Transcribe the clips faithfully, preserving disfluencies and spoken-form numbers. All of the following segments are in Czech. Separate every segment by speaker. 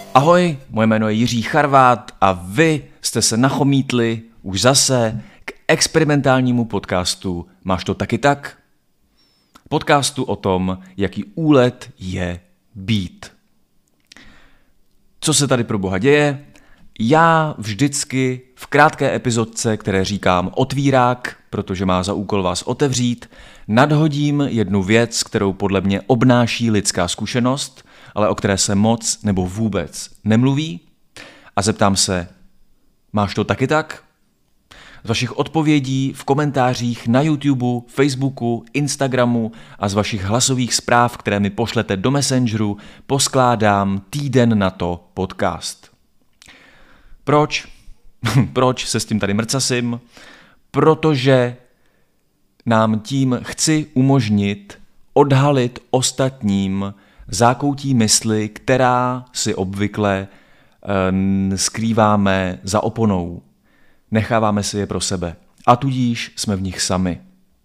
Speaker 1: Ahoj, moje jméno je Jiří Charvát a vy jste se nachomítli už zase k experimentálnímu podcastu Máš to taky tak? Podcastu o tom, jaký úlet je být. Co se tady pro boha děje? Já vždycky v krátké epizodce, které říkám otvírák, protože má za úkol vás otevřít, nadhodím jednu věc, kterou podle mě obnáší lidská zkušenost, ale o které se moc nebo vůbec nemluví, a zeptám se, máš to taky tak? Z vašich odpovědí v komentářích na YouTube, Facebooku, Instagramu a z vašich hlasových zpráv, které mi pošlete do Messengeru, poskládám týden na to podcast. Proč? Proč se s tím tady mrcasím? Protože nám tím chci umožnit odhalit ostatním zákoutí mysli, která si obvykle e, skrýváme za oponou. Necháváme si je pro sebe. A tudíž jsme v nich sami.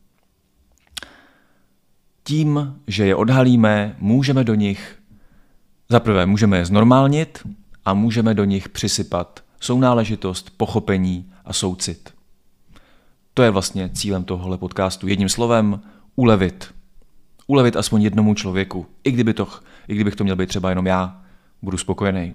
Speaker 1: Tím, že je odhalíme, můžeme do nich, zaprvé můžeme je znormálnit a můžeme do nich přisypat sounáležitost, pochopení a soucit. To je vlastně cílem tohohle podcastu. Jedním slovem, ulevit. Ulevit aspoň jednomu člověku. I, kdyby to, I kdybych to měl být třeba jenom já, budu spokojený.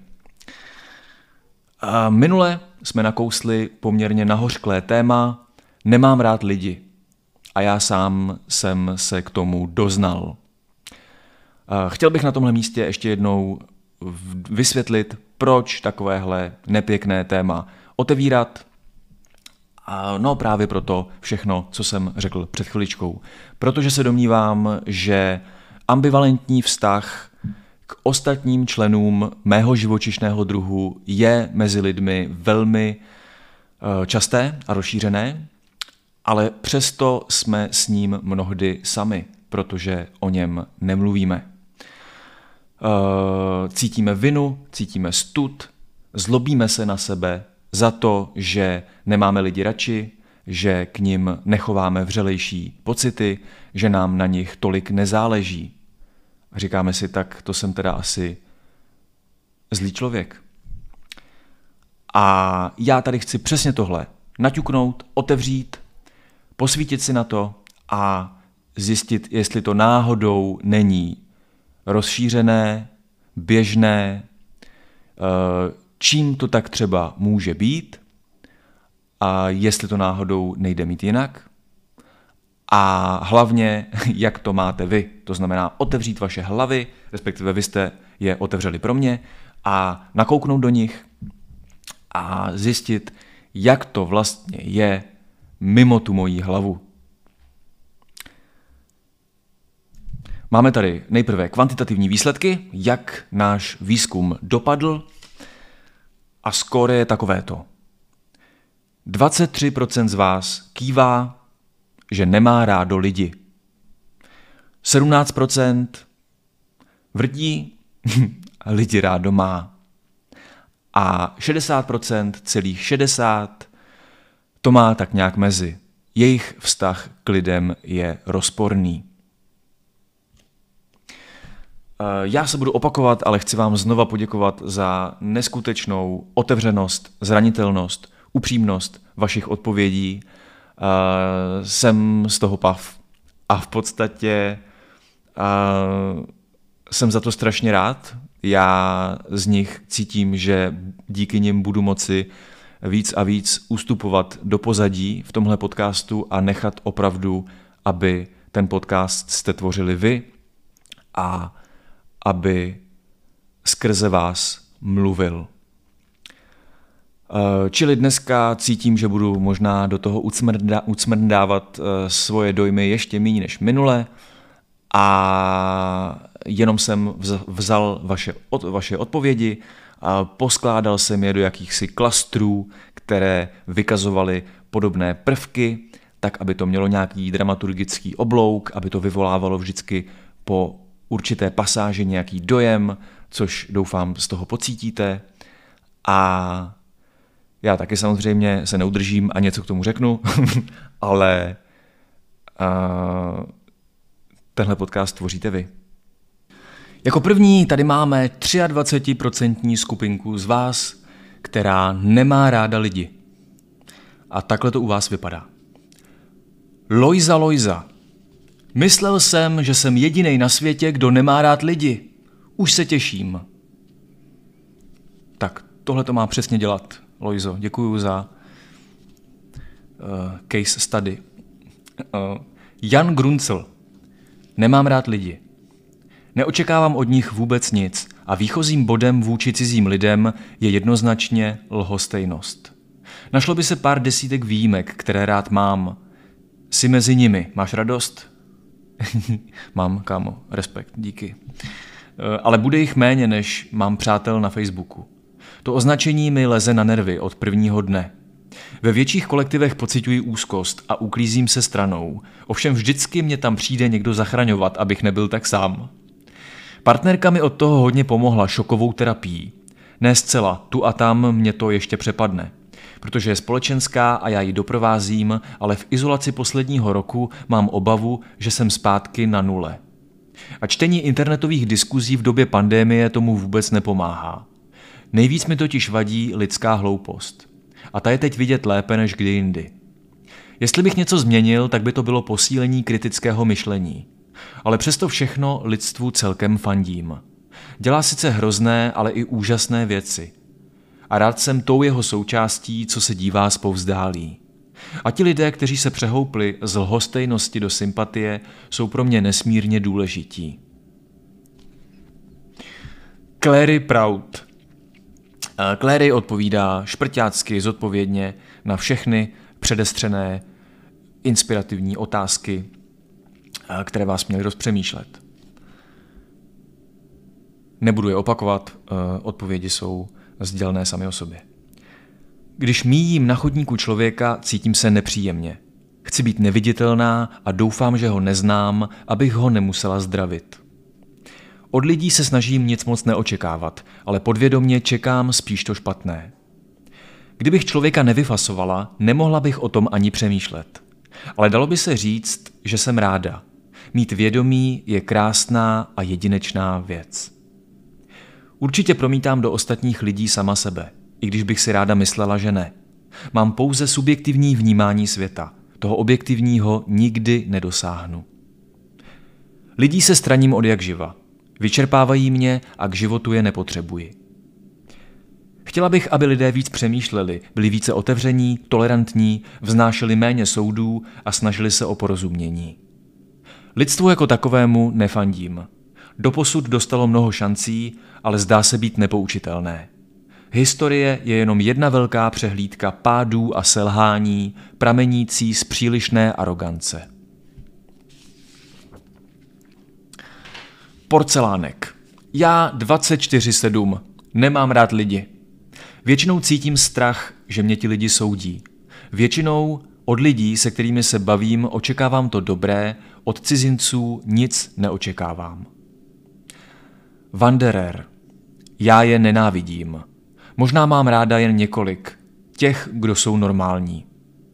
Speaker 1: A minule jsme nakousli poměrně nahořklé téma Nemám rád lidi. A já sám jsem se k tomu doznal. A chtěl bych na tomhle místě ještě jednou vysvětlit, proč takovéhle nepěkné téma otevírat. A no právě proto všechno, co jsem řekl před chviličkou. Protože se domnívám, že ambivalentní vztah k ostatním členům mého živočišného druhu je mezi lidmi velmi časté a rozšířené, ale přesto jsme s ním mnohdy sami, protože o něm nemluvíme. Cítíme vinu, cítíme stud, zlobíme se na sebe za to, že nemáme lidi radši, že k nim nechováme vřelejší pocity, že nám na nich tolik nezáleží. A říkáme si, tak to jsem teda asi zlý člověk. A já tady chci přesně tohle naťuknout, otevřít, posvítit si na to a zjistit, jestli to náhodou není rozšířené, běžné, čím to tak třeba může být a jestli to náhodou nejde mít jinak. A hlavně, jak to máte vy. To znamená otevřít vaše hlavy, respektive vy jste je otevřeli pro mě, a nakouknout do nich a zjistit, jak to vlastně je mimo tu moji hlavu. Máme tady nejprve kvantitativní výsledky, jak náš výzkum dopadl, a skóre je takovéto. dvacet tři procent z vás kývá, že nemá rádo lidi. sedmnáct procent vrtí a lidi rádo má. A šedesát procent, celých šedesát, to má tak nějak mezi. Jejich vztah k lidem je rozporný. Já se budu opakovat, ale chci vám znova poděkovat za neskutečnou otevřenost, zranitelnost, upřímnost vašich odpovědí. Uh, jsem z toho pav. A v podstatě uh, jsem za to strašně rád. Já z nich cítím, že díky nim budu moci víc a víc ustupovat do pozadí v tomhle podcastu a nechat opravdu, aby ten podcast jste tvořili vy a aby skrze vás mluvil. Čili dneska cítím, že budu možná do toho ucmrdávat svoje dojmy ještě méně než minule a jenom jsem vzal vaše, vaše odpovědi a poskládal jsem je do jakýchsi klastrů, které vykazovaly podobné prvky, tak aby to mělo nějaký dramaturgický oblouk, aby to vyvolávalo vždycky po určité pasáži nějaký dojem, což doufám z toho pocítíte. A já taky samozřejmě se neudržím a něco k tomu řeknu, ale uh, tenhle podcast tvoříte vy. Jako první tady máme dvacet tři procent skupinku z vás, která nemá ráda lidi. A takhle to u vás vypadá. Lojza, Lojza. Myslel jsem, že jsem jedinej na světě, kdo nemá rád lidi. Už se těším. Tak, tohle to má přesně dělat, Lojzo. Děkuju za uh, case study. Uh, Jan Gruncel. Nemám rád lidi. Neočekávám od nich vůbec nic a výchozím bodem vůči cizím lidem je jednoznačně lhostejnost. Našlo by se pár desítek výjimek, které rád mám. Jsi mezi nimi. Máš radost? Mám, kámo. Respekt. Díky. Ale bude jich méně, než mám přátel na Facebooku. To označení mi leze na nervy od prvního dne. Ve větších kolektivech pociťuji úzkost a uklízím se stranou. Ovšem vždycky mě tam přijde někdo zachraňovat, abych nebyl tak sám. Partnerka mi od toho hodně pomohla šokovou terapií. Ne zcela, tu a tam mě to ještě přepadne. Protože je společenská a já ji doprovázím, ale v izolaci posledního roku mám obavu, že jsem zpátky na nule. A čtení internetových diskuzí v době pandemie tomu vůbec nepomáhá. Nejvíc mi totiž vadí lidská hloupost. A ta je teď vidět lépe než kdy jindy. Jestli bych něco změnil, tak by to bylo posílení kritického myšlení. Ale přesto všechno lidstvu celkem fandím. Dělá sice hrozné, ale i úžasné věci. A rád jsem tou jeho součástí, co se dívá zpovzdálí. A ti lidé, kteří se přehoupli z lhostejnosti do sympatie, jsou pro mě nesmírně důležití. Clary Proud. Clary odpovídá šprťácky zodpovědně na všechny předestřené inspirativní otázky, které vás měly rozpřemýšlet. Nebudu je opakovat, odpovědi jsou sdělné sami o sobě. Když míjím na chodníku člověka, cítím se nepříjemně. Chci být neviditelná a doufám, že ho neznám, abych ho nemusela zdravit. Od lidí se snažím nic moc neočekávat, ale podvědomě čekám spíš to špatné. Kdybych člověka nevyfasovala, nemohla bych o tom ani přemýšlet. Ale dalo by se říct, že jsem ráda. Mít vědomí je krásná a jedinečná věc. Určitě promítám do ostatních lidí sama sebe, i když bych si ráda myslela, že ne. Mám pouze subjektivní vnímání světa. Toho objektivního nikdy nedosáhnu. Lidí se straním od jak živa. Vyčerpávají mě a k životu je nepotřebuji. Chtěla bych, aby lidé víc přemýšleli, byli více otevření, tolerantní, vznášeli méně soudů a snažili se o porozumění. Lidstvu jako takovému nefandím. Doposud dostalo mnoho šancí, ale zdá se být nepoučitelné. Historie je jenom jedna velká přehlídka pádů a selhání, pramenící z přílišné arogance. Porcelánek. Já dvacet čtyři sedm. Nemám rád lidi. Většinou cítím strach, že mě ti lidi soudí. Většinou od lidí, se kterými se bavím, očekávám to dobré, od cizinců nic neočekávám. Wanderer. Já je nenávidím. Možná mám ráda jen několik. Těch, kdo jsou normální.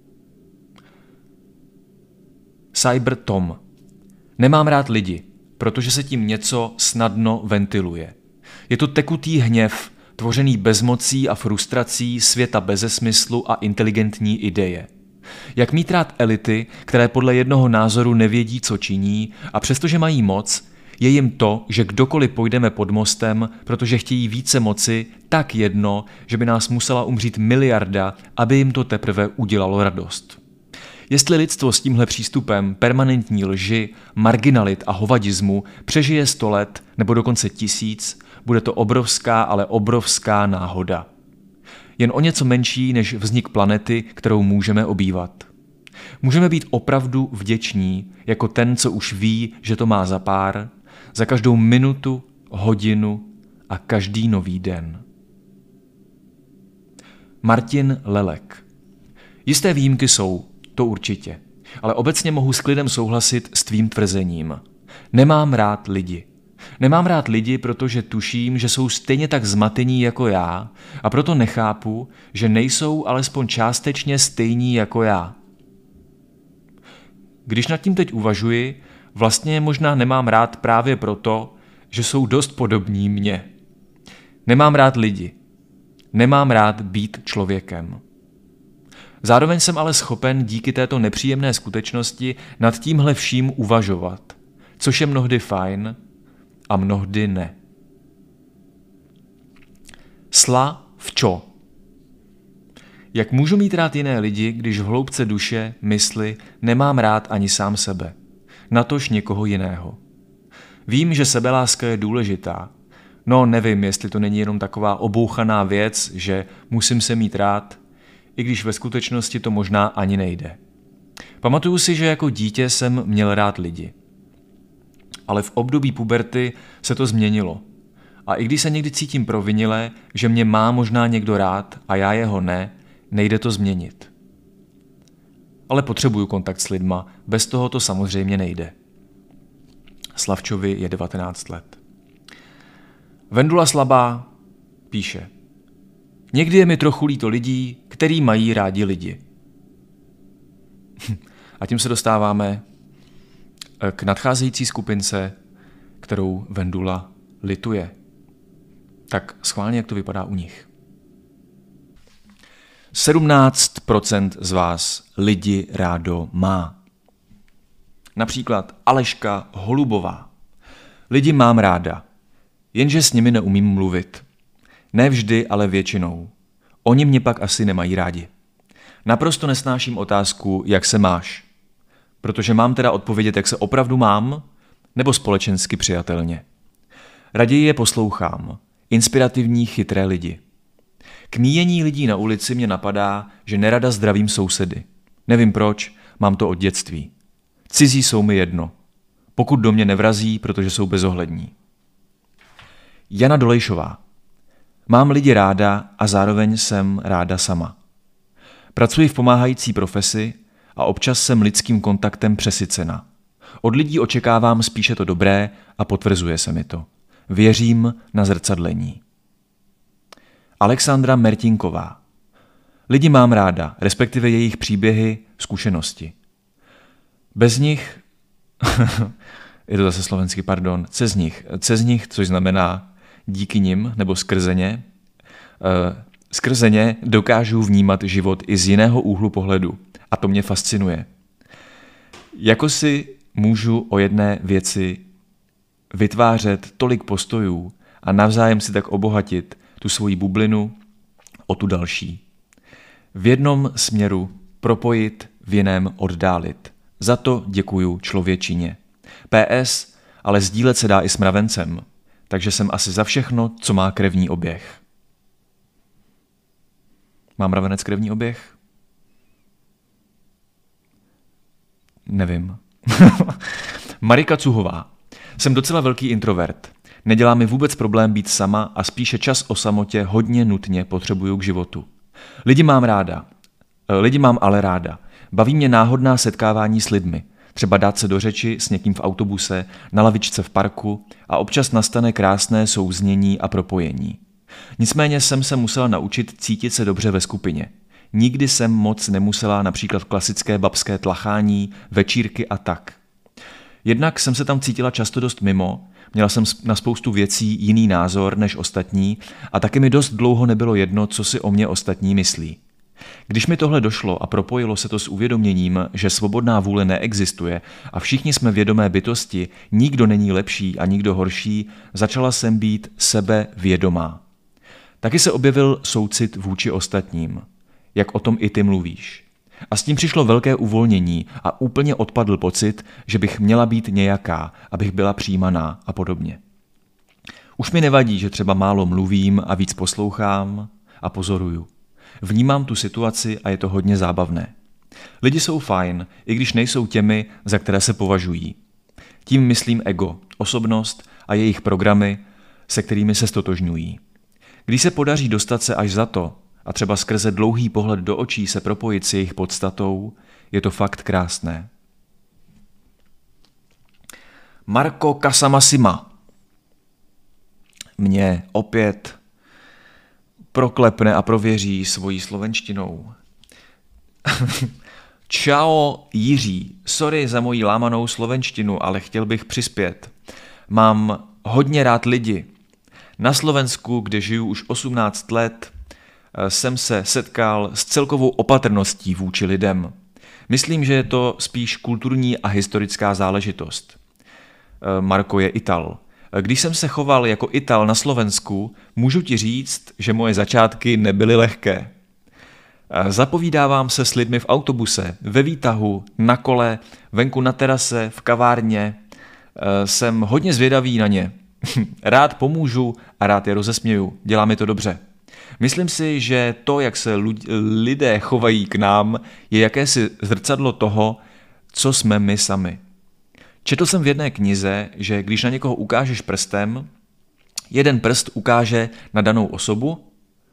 Speaker 1: Cyber Tom. Nemám rád lidi, protože se tím něco snadno ventiluje. Je to tekutý hněv, tvořený bezmocí a frustrací světa beze smyslu a inteligentní ideje. Jak mít rád elity, které podle jednoho názoru nevědí, co činí, a přestože mají moc, je jim to, že kdokoliv půjdeme pod mostem, protože chtějí více moci, tak jedno, že by nás musela umřít miliarda, aby jim to teprve udělalo radost. Jestli lidstvo s tímhle přístupem permanentní lži, marginalit a hovadismu přežije sto let nebo dokonce tisíc, bude to obrovská, ale obrovská náhoda. Jen o něco menší než vznik planety, kterou můžeme obývat. Můžeme být opravdu vděční, jako ten, co už ví, že to má za pár, za každou minutu, hodinu a každý nový den. Martin Lelek. Jisté výjimky jsou, to určitě, ale obecně mohu s klidem souhlasit s tvým tvrzením. Nemám rád lidi. Nemám rád lidi, protože tuším, že jsou stejně tak zmatení jako já a proto nechápu, že nejsou alespoň částečně stejní jako já. Když nad tím teď uvažuji, vlastně je možná nemám rád právě proto, že jsou dost podobní mně. Nemám rád lidi. Nemám rád být člověkem. Zároveň jsem ale schopen díky této nepříjemné skutečnosti nad tímhle vším uvažovat, což je mnohdy fajn a mnohdy ne. Sla včo. Jak můžu mít rád jiné lidi, když v hloubce duše, mysli nemám rád ani sám sebe, natož někoho jiného. Vím, že sebeláska je důležitá, no nevím, jestli to není jenom taková obouchaná věc, že musím se mít rád, i když ve skutečnosti to možná ani nejde. Pamatuju si, že jako dítě jsem měl rád lidi. Ale v období puberty se to změnilo. A i když se někdy cítím provinile, že mě má možná někdo rád a já jeho ne, nejde to změnit. Ale potřebuju kontakt s lidma, bez toho to samozřejmě nejde. Slavčovi je devatenáct let. Vendula Slabá píše: Někdy je mi trochu líto lidí, který mají rádi lidi. A tím se dostáváme k nadcházející skupince, kterou Vendula lituje. Tak schválně, jak to vypadá u nich. sedmnáct procent z vás lidi rádo má. Například Aleška Holubová. Lidi mám ráda, jenže s nimi neumím mluvit. Ne vždy, ale většinou. Oni mě pak asi nemají rádi. Naprosto nesnáším otázku, jak se máš. Protože mám teda odpovědět, jak se opravdu mám, nebo společensky přijatelně. Raději je poslouchám. Inspirativní, chytré lidi. K míjení lidí na ulici mě napadá, že nerada zdravím sousedy. Nevím proč, mám to od dětství. Cizí jsou mi jedno. Pokud do mě nevrazí, protože jsou bezohlední. Jana Dolejšová. Mám lidi ráda a zároveň jsem ráda sama. Pracuji v pomáhající profesi a občas jsem lidským kontaktem přesycena. Od lidí očekávám spíše to dobré a potvrzuje se mi to. Věřím na zrcadlení. Alexandra Mertinková. Lidi mám ráda, respektive jejich příběhy, zkušenosti. Bez nich, je to zase slovensky, pardon, cez nich, cez nich, což znamená díky nim nebo skrze ně, skrze ně dokážu vnímat život i z jiného úhlu pohledu a to mě fascinuje. Jako si můžu o jedné věci vytvářet tolik postojů a navzájem si tak obohatit tu svoji bublinu o tu další. V jednom směru propojit, v jiném oddálit. Za to děkuju člověčině. P S, ale sdílet se dá i s mravencem, takže jsem asi za všechno, co má krevní oběh. Má mravenec krevní oběh? Nevím. Marika Cuhová. Jsem docela velký introvert. Nedělá mi vůbec problém být sama a spíše čas o samotě hodně nutně potřebuju k životu. Lidi mám ráda. Lidi mám ale ráda. Baví mě náhodná setkávání s lidmi. Třeba dát se do řeči s někým v autobuse, na lavičce v parku a občas nastane krásné souznění a propojení. Nicméně jsem se musela naučit cítit se dobře ve skupině. Nikdy jsem moc nemusela například klasické babské tlachání, večírky a tak. Jednak jsem se tam cítila často dost mimo, měla jsem na spoustu věcí jiný názor než ostatní a taky mi dost dlouho nebylo jedno, co si o mě ostatní myslí. Když mi tohle došlo a propojilo se to s uvědoměním, že svobodná vůle neexistuje a všichni jsme vědomé bytosti, nikdo není lepší a nikdo horší, začala jsem být sebevědomá. Taky se objevil soucit vůči ostatním, jak o tom i ty mluvíš. A s tím přišlo velké uvolnění a úplně odpadl pocit, že bych měla být nějaká, abych byla přijímaná a podobně. Už mi nevadí, že třeba málo mluvím a víc poslouchám a pozoruju. Vnímám tu situaci a je to hodně zábavné. Lidi jsou fajn, i když nejsou těmi, za které se považují. Tím myslím ego, osobnost a jejich programy, se kterými se stotožňují. Když se podaří dostat se až za to a třeba skrze dlouhý pohled do očí se propojit s jejich podstatou, je to fakt krásné. Marko Kasamasima mě opět proklepne a prověří svojí slovenštinou. Čau Jiří, sorry za moji lámanou slovenštinu, ale chtěl bych přispět. Mám hodně rád lidi. Na Slovensku, kde žiju už osmnáct let, jsem se setkal s celkovou opatrností vůči lidem. Myslím, že je to spíš kulturní a historická záležitost. Marko je Ital. Když jsem se choval jako Ital na Slovensku, můžu ti říct, že moje začátky nebyly lehké. Zapovídávám se s lidmi v autobuse, ve výtahu, na kole, venku na terase, v kavárně. Jsem hodně zvědavý na ně. Rád pomůžu a rád je rozesměju. Dělá mi to dobře. Myslím si, že to, jak se lidé chovají k nám, je jakési zrcadlo toho, co jsme my sami. Četl jsem v jedné knize, že když na někoho ukážeš prstem, jeden prst ukáže na danou osobu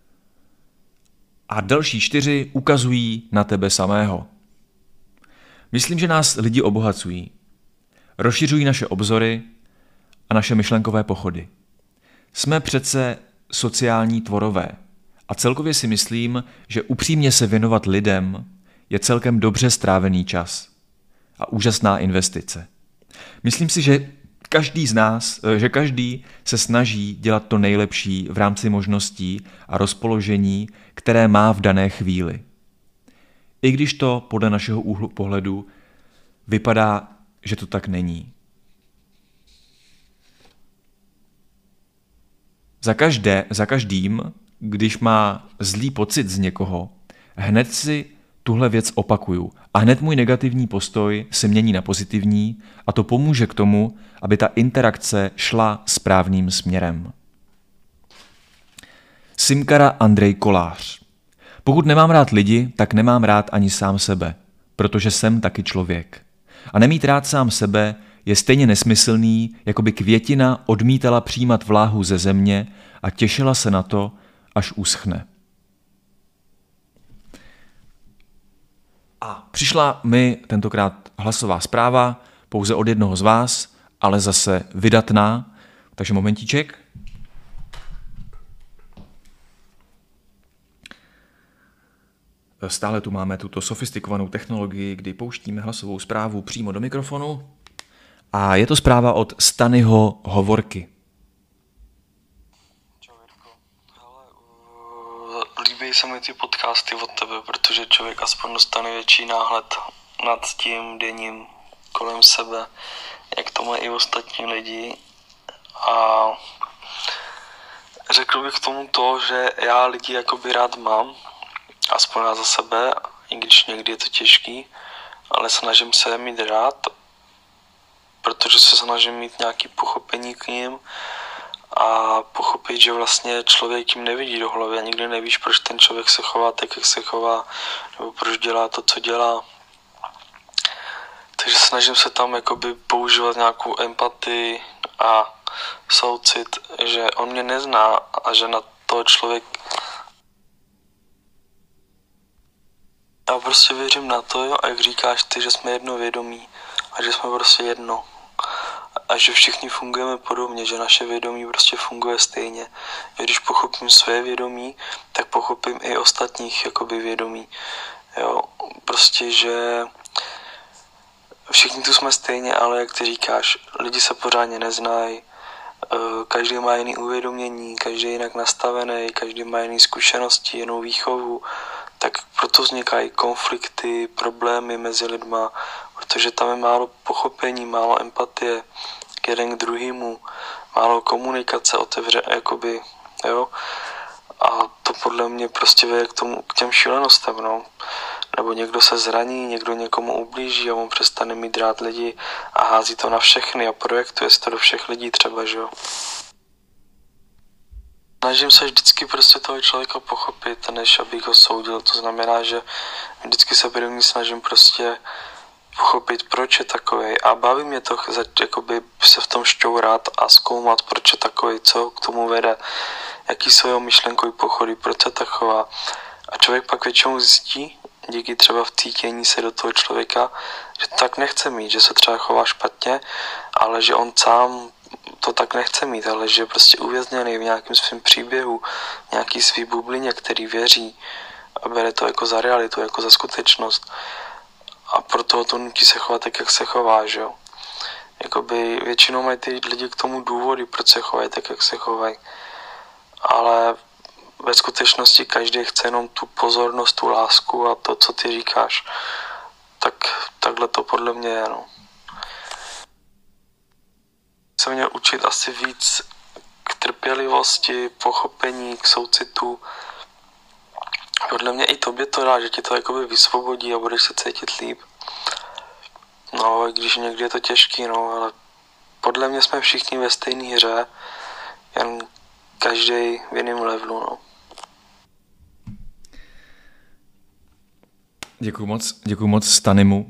Speaker 1: a další čtyři ukazují na tebe samého. Myslím, že nás lidi obohacují. Rozšiřují naše obzory a naše myšlenkové pochody. Jsme přece sociální tvorové a celkově si myslím, že upřímně se věnovat lidem je celkem dobře strávený čas a úžasná investice. Myslím si, že každý z nás, že každý se snaží dělat to nejlepší v rámci možností a rozpoložení, které má v dané chvíli. I když to podle našeho úhlu pohledu vypadá, že to tak není. Za, každé, za každým, když má zlý pocit z někoho, hned si tuhle věc opakuju a hned můj negativní postoj se mění na pozitivní a to pomůže k tomu, aby ta interakce šla správným směrem. Simkara Andrej Kolář. Pokud nemám rád lidi, tak nemám rád ani sám sebe, protože jsem taky člověk. A nemít rád sám sebe je stejně nesmyslný, jako by květina odmítala přijímat vláhu ze země a těšila se na to, až uschne. A přišla mi tentokrát hlasová zpráva, pouze od jednoho z vás, ale zase vydatná. Takže momentíček. Stále tu máme tuto sofistikovanou technologii, kdy pouštíme hlasovou zprávu přímo do mikrofonu. A je to zpráva od Stanyho Hovorky.
Speaker 2: Čau Jirko. Hele, uh, líbí se mi ty podcasty od tebe, protože člověk aspoň dostane větší náhled nad tím denním kolem sebe, jak to mají i ostatní lidi. A řekl bych k tomu to, že já lidi jakoby rád mám, aspoň já za sebe, i když někdy je to těžký, ale snažím se je mít rád, protože se snažím mít nějaké pochopení k nim a pochopit, že vlastně člověk jim nevidí do hlavy a nikdy nevíš, proč ten člověk se chová tak, jak se chová, nebo proč dělá to, co dělá. Takže snažím se tam jakoby používat nějakou empatii a soucit, že on mě nezná a že na toho člověk... Já prostě věřím na to, jo, a jak říkáš ty, že jsme jednovědomí a že jsme prostě jedno. A že všichni fungujeme podobně, že naše vědomí prostě funguje stejně. Že když pochopím své vědomí, tak pochopím i ostatních jakoby vědomí. Jo, prostě, že všichni tu jsme stejně, ale jak ty říkáš, lidi se pořádně neznají, každý má jiný uvědomění, každý je jinak nastavený, každý má jiné zkušenosti, jinou výchovu, tak proto vznikají konflikty, problémy mezi lidma, protože tam je málo pochopení, málo empatie k jeden k druhému, málo komunikace, otevře, jakoby, jo. A to podle mě prostě vede k, tomu, k těm šílenostem, no. Nebo někdo se zraní, někdo někomu ublíží a on přestane mít rád lidi a hází to na všechny a projektuje se to do všech lidí třeba, že jo. Snažím se vždycky prostě toho člověka pochopit, než abych ho soudil. To znamená, že vždycky se první snažím prostě pochopit, proč je takovej. A baví mě to jakoby se v tom šťourat a zkoumat, proč je takovej, co k tomu vede, jaký jsou jeho myšlenkový pochody, proč se taková. A člověk pak většinou zjistí, díky třeba vcítění se do toho člověka, že to tak nechce mít, že se třeba chová špatně, ale že on sám to tak nechce mít, ale že je prostě uvězněný v nějakém svém příběhu, v nějaký svý bublině, který věří a bere to jako za realitu, jako za skutečnost. A proto to nutí se chovat tak, jak se chová, že jo. jakoby většinou mají ty lidi k tomu důvody, proč se chovají tak, jak se chovají. Ale ve skutečnosti každý chce jenom tu pozornost, tu lásku a to, co ty říkáš. Tak takhle to podle mě je, no. Jsem měl učit asi víc k trpělivosti, pochopení, k soucitu. Podle mě i tobě to dá, že ti to jakoby vysvobodí a budeš se cítit líp. No, když někdy je to těžký, no, ale podle mě jsme všichni ve stejné hře, jen každý v jiném levelu, no.
Speaker 1: Děkuju moc, děkuju moc Stanimu.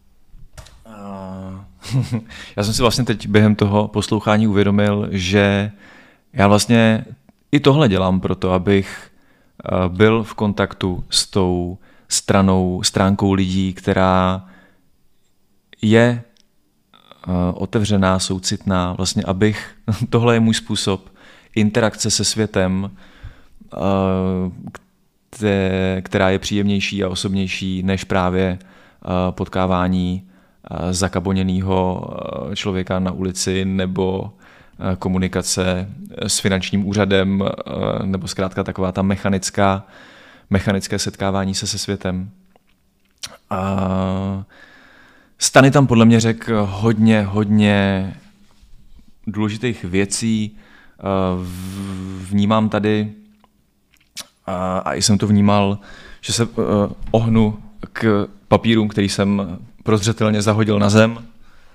Speaker 1: Já jsem si vlastně teď během toho poslouchání uvědomil, že já vlastně i tohle dělám proto, abych byl v kontaktu s tou stranou, stránkou lidí, která je otevřená, soucitná, vlastně abych, tohle je můj způsob interakce se světem, která je příjemnější a osobnější než právě potkávání zakaboněného člověka na ulici nebo komunikace s finančním úřadem nebo zkrátka taková ta mechanická, mechanické setkávání se se světem. A Stany tam podle mě řekl hodně, hodně důležitých věcí. Vnímám tady, a i jsem to vnímal, že se ohnu k papírům, který jsem prozřetelně zahodil na zem.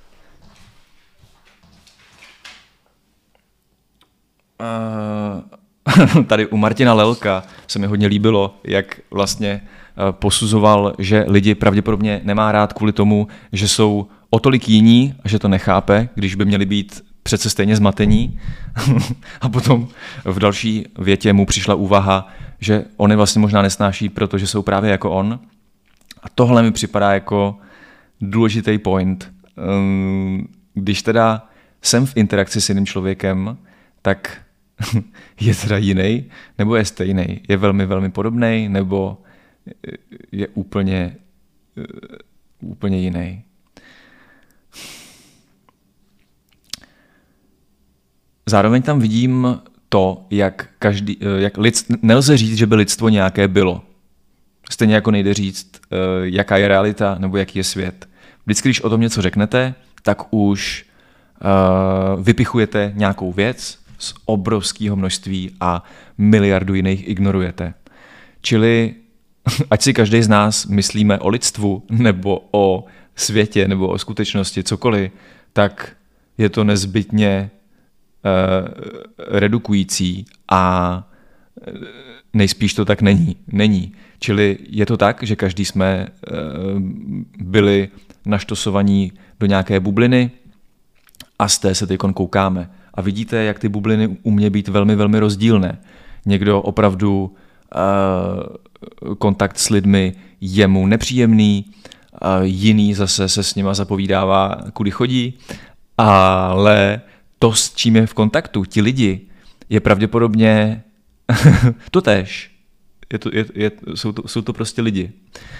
Speaker 1: Tady u Martina Lelka se mi hodně líbilo, jak vlastně posuzoval, že lidi pravděpodobně nemá rád kvůli tomu, že jsou o tolik jiní a že to nechápe, když by měli být přece stejně zmatení. A potom v další větě mu přišla úvaha, že on je vlastně možná nesnáší, protože jsou právě jako on. A tohle mi připadá jako důležitý point. Když teda jsem v interakci s jiným člověkem, tak je teda jiný, nebo je stejný? Je velmi, velmi podobný, nebo je úplně, úplně jiný? Zároveň tam vidím to, jak každý, jak lidst, nelze říct, že by lidstvo nějaké bylo. Stejně jako nejde říct, jaká je realita nebo jaký je svět. Vždycky, když o tom něco řeknete, tak už uh, vypichujete nějakou věc z obrovského množství a miliardu jiných ignorujete. Čili ať si každý z nás myslíme o lidstvu nebo o světě nebo o skutečnosti, cokoliv, tak je to nezbytně uh, redukující a nejspíš to tak není. Není. Čili je to tak, že každý jsme uh, byli naštosovaní do nějaké bubliny a z té se teď koukáme. A vidíte, jak ty bubliny umějí být velmi, velmi rozdílné. Někdo opravdu uh, kontakt s lidmi je mu nepříjemný, uh, jiný zase se s nima zapovídává, kudy chodí, ale to, s čím je v kontaktu, ti lidi, je pravděpodobně totéž. Je to, je, je, jsou, to, jsou to prostě lidi.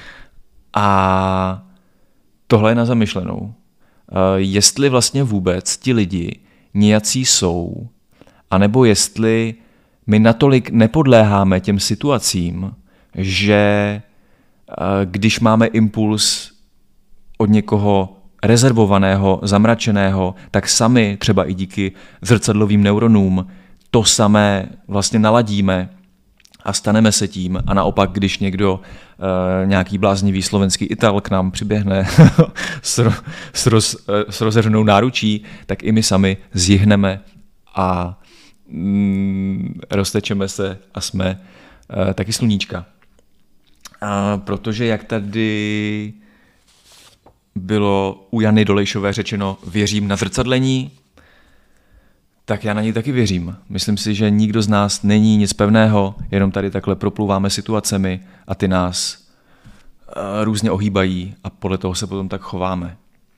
Speaker 1: A tohle je na zamyšlenou. Uh, jestli vlastně vůbec ti lidi nějací jsou, anebo jestli my natolik nepodléháme těm situacím, že když máme impuls od někoho rezervovaného, zamračeného, tak sami třeba i díky zrcadlovým neuronům to samé vlastně naladíme a staneme se tím. A naopak, když někdo, uh, nějaký bláznivý slovenský Ital k nám přiběhne s, ro, s, roz, s rozevřenou náručí, tak i my sami zjihneme a mm, roztečeme se a jsme uh, taky sluníčka. A protože jak tady bylo u Jany Dolejšové řečeno, věřím na zrcadlení, tak já na něj taky věřím. Myslím si, že nikdo z nás není nic pevného, jenom tady takhle proplouváme situacemi a ty nás uh, různě ohýbají a podle toho se potom tak chováme.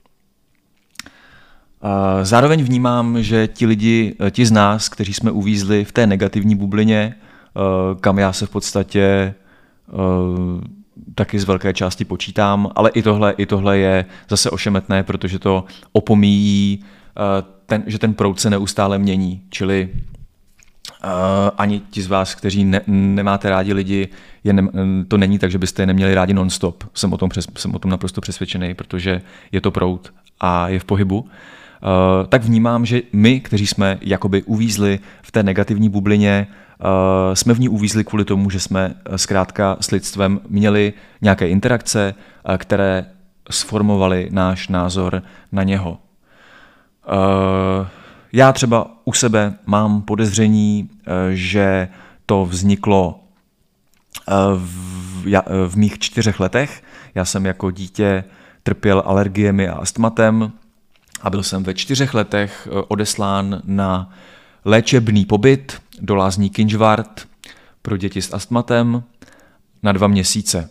Speaker 1: Uh, zároveň vnímám, že ti lidi, ti z nás, kteří jsme uvízli v té negativní bublině, uh, kam já se v podstatě uh, taky z velké části počítám, ale i tohle, i tohle je zase ošemetné, protože to opomíjí, ten, že ten proud se neustále mění, čili uh, ani ti z vás, kteří ne, nemáte rádi lidi, je ne, to není tak, že byste je neměli rádi non-stop. Jsem o tom, přes, jsem o tom naprosto přesvědčený, protože je to proud a je v pohybu. Uh, tak vnímám, že my, kteří jsme jakoby uvízli v té negativní bublině, uh, jsme v ní uvízli kvůli tomu, že jsme zkrátka s lidstvem měli nějaké interakce, uh, které sformovaly náš názor na něho. Uh, já třeba u sebe mám podezření, uh, že to vzniklo uh, v, ja, v mých čtyřech letech. Já jsem jako dítě trpěl alergiemi a astmatem a byl jsem ve čtyřech letech odeslán na léčebný pobyt do lázní Kynžvart pro děti s astmatem na dva měsíce.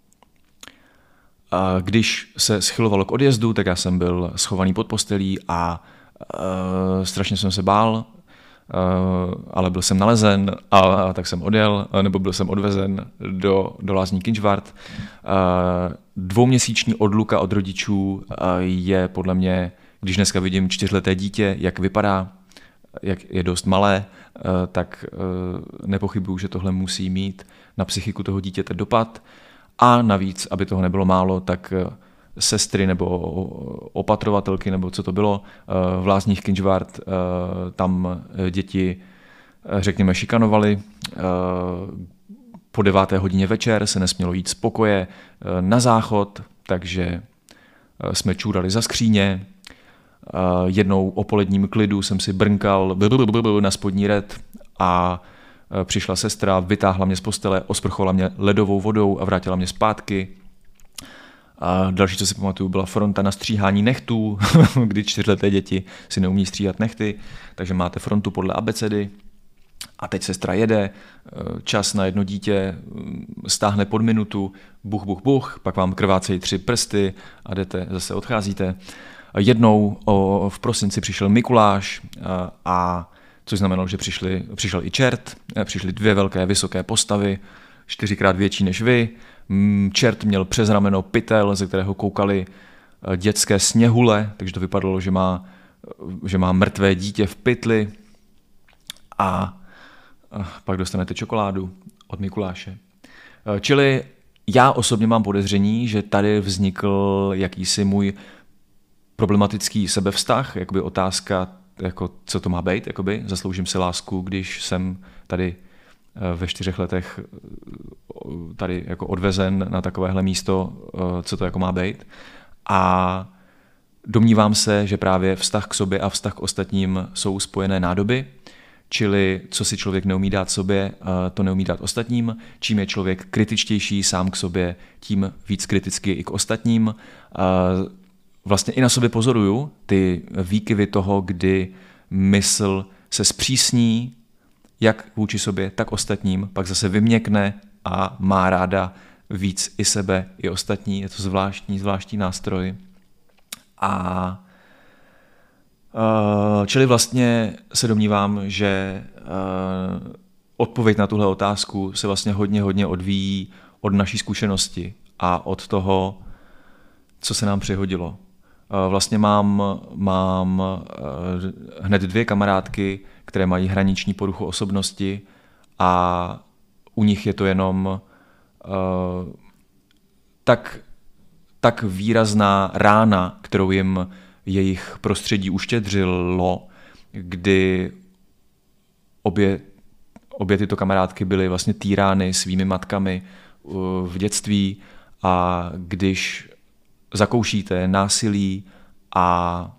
Speaker 1: Když se schylovalo k odjezdu, tak já jsem byl schovaný pod postelí a uh, strašně jsem se bál, uh, ale byl jsem nalezen a, a tak jsem odjel, nebo byl jsem odvezen do, do lázní Kynžvart. Uh, dvouměsíční odluka od rodičů uh, je podle mě, když dneska vidím čtyřleté dítě, jak vypadá, jak je dost malé, uh, tak uh, nepochybuju, že tohle musí mít na psychiku toho dítěte dopad. A navíc, aby toho nebylo málo, tak sestry nebo opatrovatelky, nebo co to bylo, v lázních Kynžvart tam děti, řekněme, šikanovali. Po deváté hodině večer se nesmělo jít z pokoje na záchod, takže jsme čůrali za skříně. Jednou o poledním klidu jsem si brnkal na spodní red a přišla sestra, vytáhla mě z postele, osprchovala mě ledovou vodou a vrátila mě zpátky. A další, co si pamatuju, byla fronta na stříhání nechtů, kdy čtyřleté děti si neumí stříhat nechty, takže máte frontu podle abecedy. A teď sestra jede, čas na jedno dítě stáhne pod minutu, buch, buch, buch, pak vám krvácejí tři prsty a jdete, zase odcházíte. Jednou o, v prosinci přišel Mikuláš a, a což znamenalo, že přišli, přišel i čert, přišly dvě velké vysoké postavy, čtyřikrát větší než vy. Čert měl přes rameno pytel, ze kterého koukaly dětské sněhule, takže to vypadalo, že má, že má mrtvé dítě v pytli. A pak dostanete čokoládu od Mikuláše. Čili já osobně mám podezření, že tady vznikl jakýsi můj problematický sebevztah, jakoby otázka, jako, co to má být, jakoby, zasloužím si lásku, když jsem tady ve čtyřech letech tady jako odvezen na takovéhle místo, co to jako má být. A domnívám se, že právě vztah k sobě a vztah k ostatním jsou spojené nádoby, čili co si člověk neumí dát sobě, to neumí dát ostatním. Čím je člověk kritičtější sám k sobě, tím víc kriticky i k ostatním. Vlastně i na sobě pozoruju ty výkyvy toho, kdy mysl se zpřísní jak vůči sobě, tak ostatním, pak zase vyměkne a má ráda víc i sebe, i ostatní. Je to zvláštní, zvláštní nástroj. A uh, čili vlastně se domnívám, že uh, odpověď na tuhle otázku se vlastně hodně, hodně odvíjí od naší zkušenosti a od toho, co se nám přihodilo. Vlastně mám, mám hned dvě kamarádky, které mají hraniční poruchu osobnosti a u nich je to jenom uh, tak, tak výrazná rána, kterou jim jejich prostředí uštědřilo, kdy obě, obě tyto kamarádky byly vlastně týrány svými matkami uh, v dětství a když zakoušíte násilí a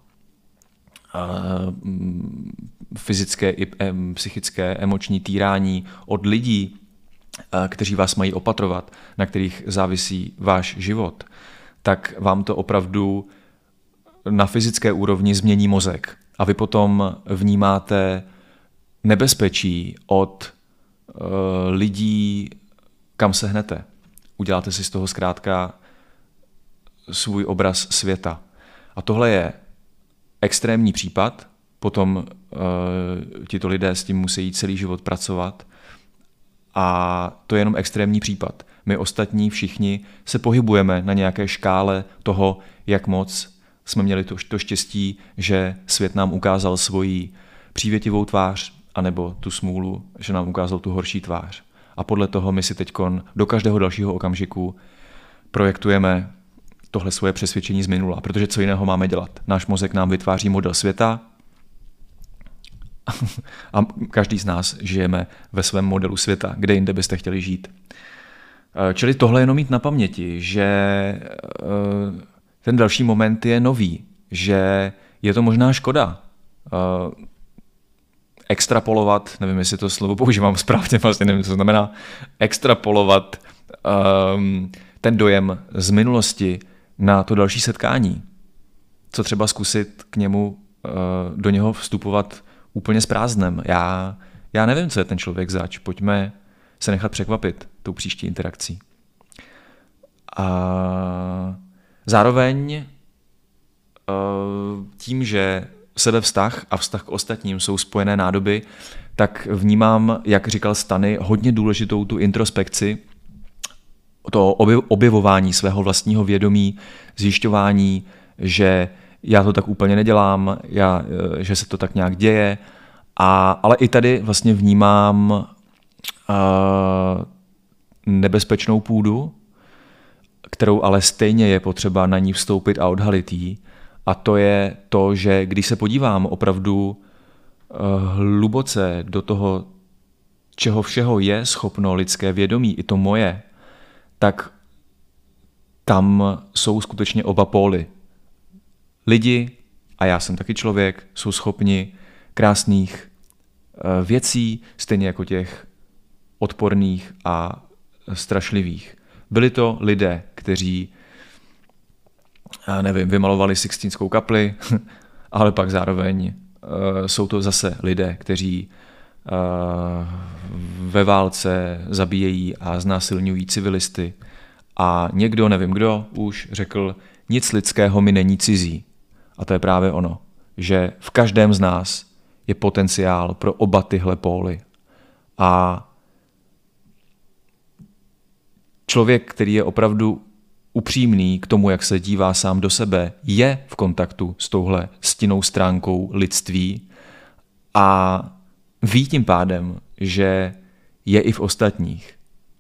Speaker 1: fyzické i psychické emoční týrání od lidí, kteří vás mají opatrovat, na kterých závisí váš život, tak vám to opravdu na fyzické úrovni změní mozek. A vy potom vnímáte nebezpečí od lidí, kam se hnete. Uděláte si z toho zkrátka svůj obraz světa. A tohle je extrémní případ, potom uh, tito lidé s tím musí celý život pracovat a to je jenom extrémní případ. My ostatní všichni se pohybujeme na nějaké škále toho, jak moc jsme měli to, to štěstí, že svět nám ukázal svoji přívětivou tvář, anebo tu smůlu, že nám ukázal tu horší tvář. A podle toho my si teďkon do každého dalšího okamžiku projektujeme tohle svoje přesvědčení z minula, protože co jiného máme dělat? Náš mozek nám vytváří model světa a každý z nás žijeme ve svém modelu světa, kde jinde byste chtěli žít. Čili tohle jenom mít na paměti, že ten další moment je nový, že je to možná škoda extrapolovat, nevím, jestli to slovo používám správně, vlastně nevím, co to znamená, extrapolovat um, ten dojem z minulosti na to další setkání. Co třeba zkusit k němu, uh, do něho vstupovat úplně s prázdnem. Já, já nevím, co je ten člověk zač. Pojďme se nechat překvapit tou příští interakcí. A zároveň uh, tím, že sebevztah a vztah k ostatním jsou spojené nádoby, tak vnímám, jak říkal Stany, hodně důležitou tu introspekci, to objevování svého vlastního vědomí, zjišťování, že já to tak úplně nedělám, já, že se to tak nějak děje, a, ale i tady vlastně vnímám uh, nebezpečnou půdu, kterou ale stejně je potřeba na ní vstoupit a odhalit jí. A to je to, že když se podívám opravdu hluboce do toho, čeho všeho je schopno lidské vědomí, i to moje, tak tam jsou skutečně oba póly. Lidi, a já jsem taky člověk, jsou schopni krásných věcí, stejně jako těch odporných a strašlivých. Byli to lidé, kteří já nevím, vymalovali Sixtínskou kapli, ale pak zároveň uh, jsou to zase lidé, kteří uh, ve válce zabíjejí a znásilňují civilisty. A někdo, nevím kdo, už řekl, nic lidského mi není cizí. A to je právě ono, že v každém z nás je potenciál pro oba tyhle póly. A člověk, který je opravdu upřímný k tomu, jak se dívá sám do sebe, je v kontaktu s touhle stinnou stránkou lidství a ví tím pádem, že je i v ostatních.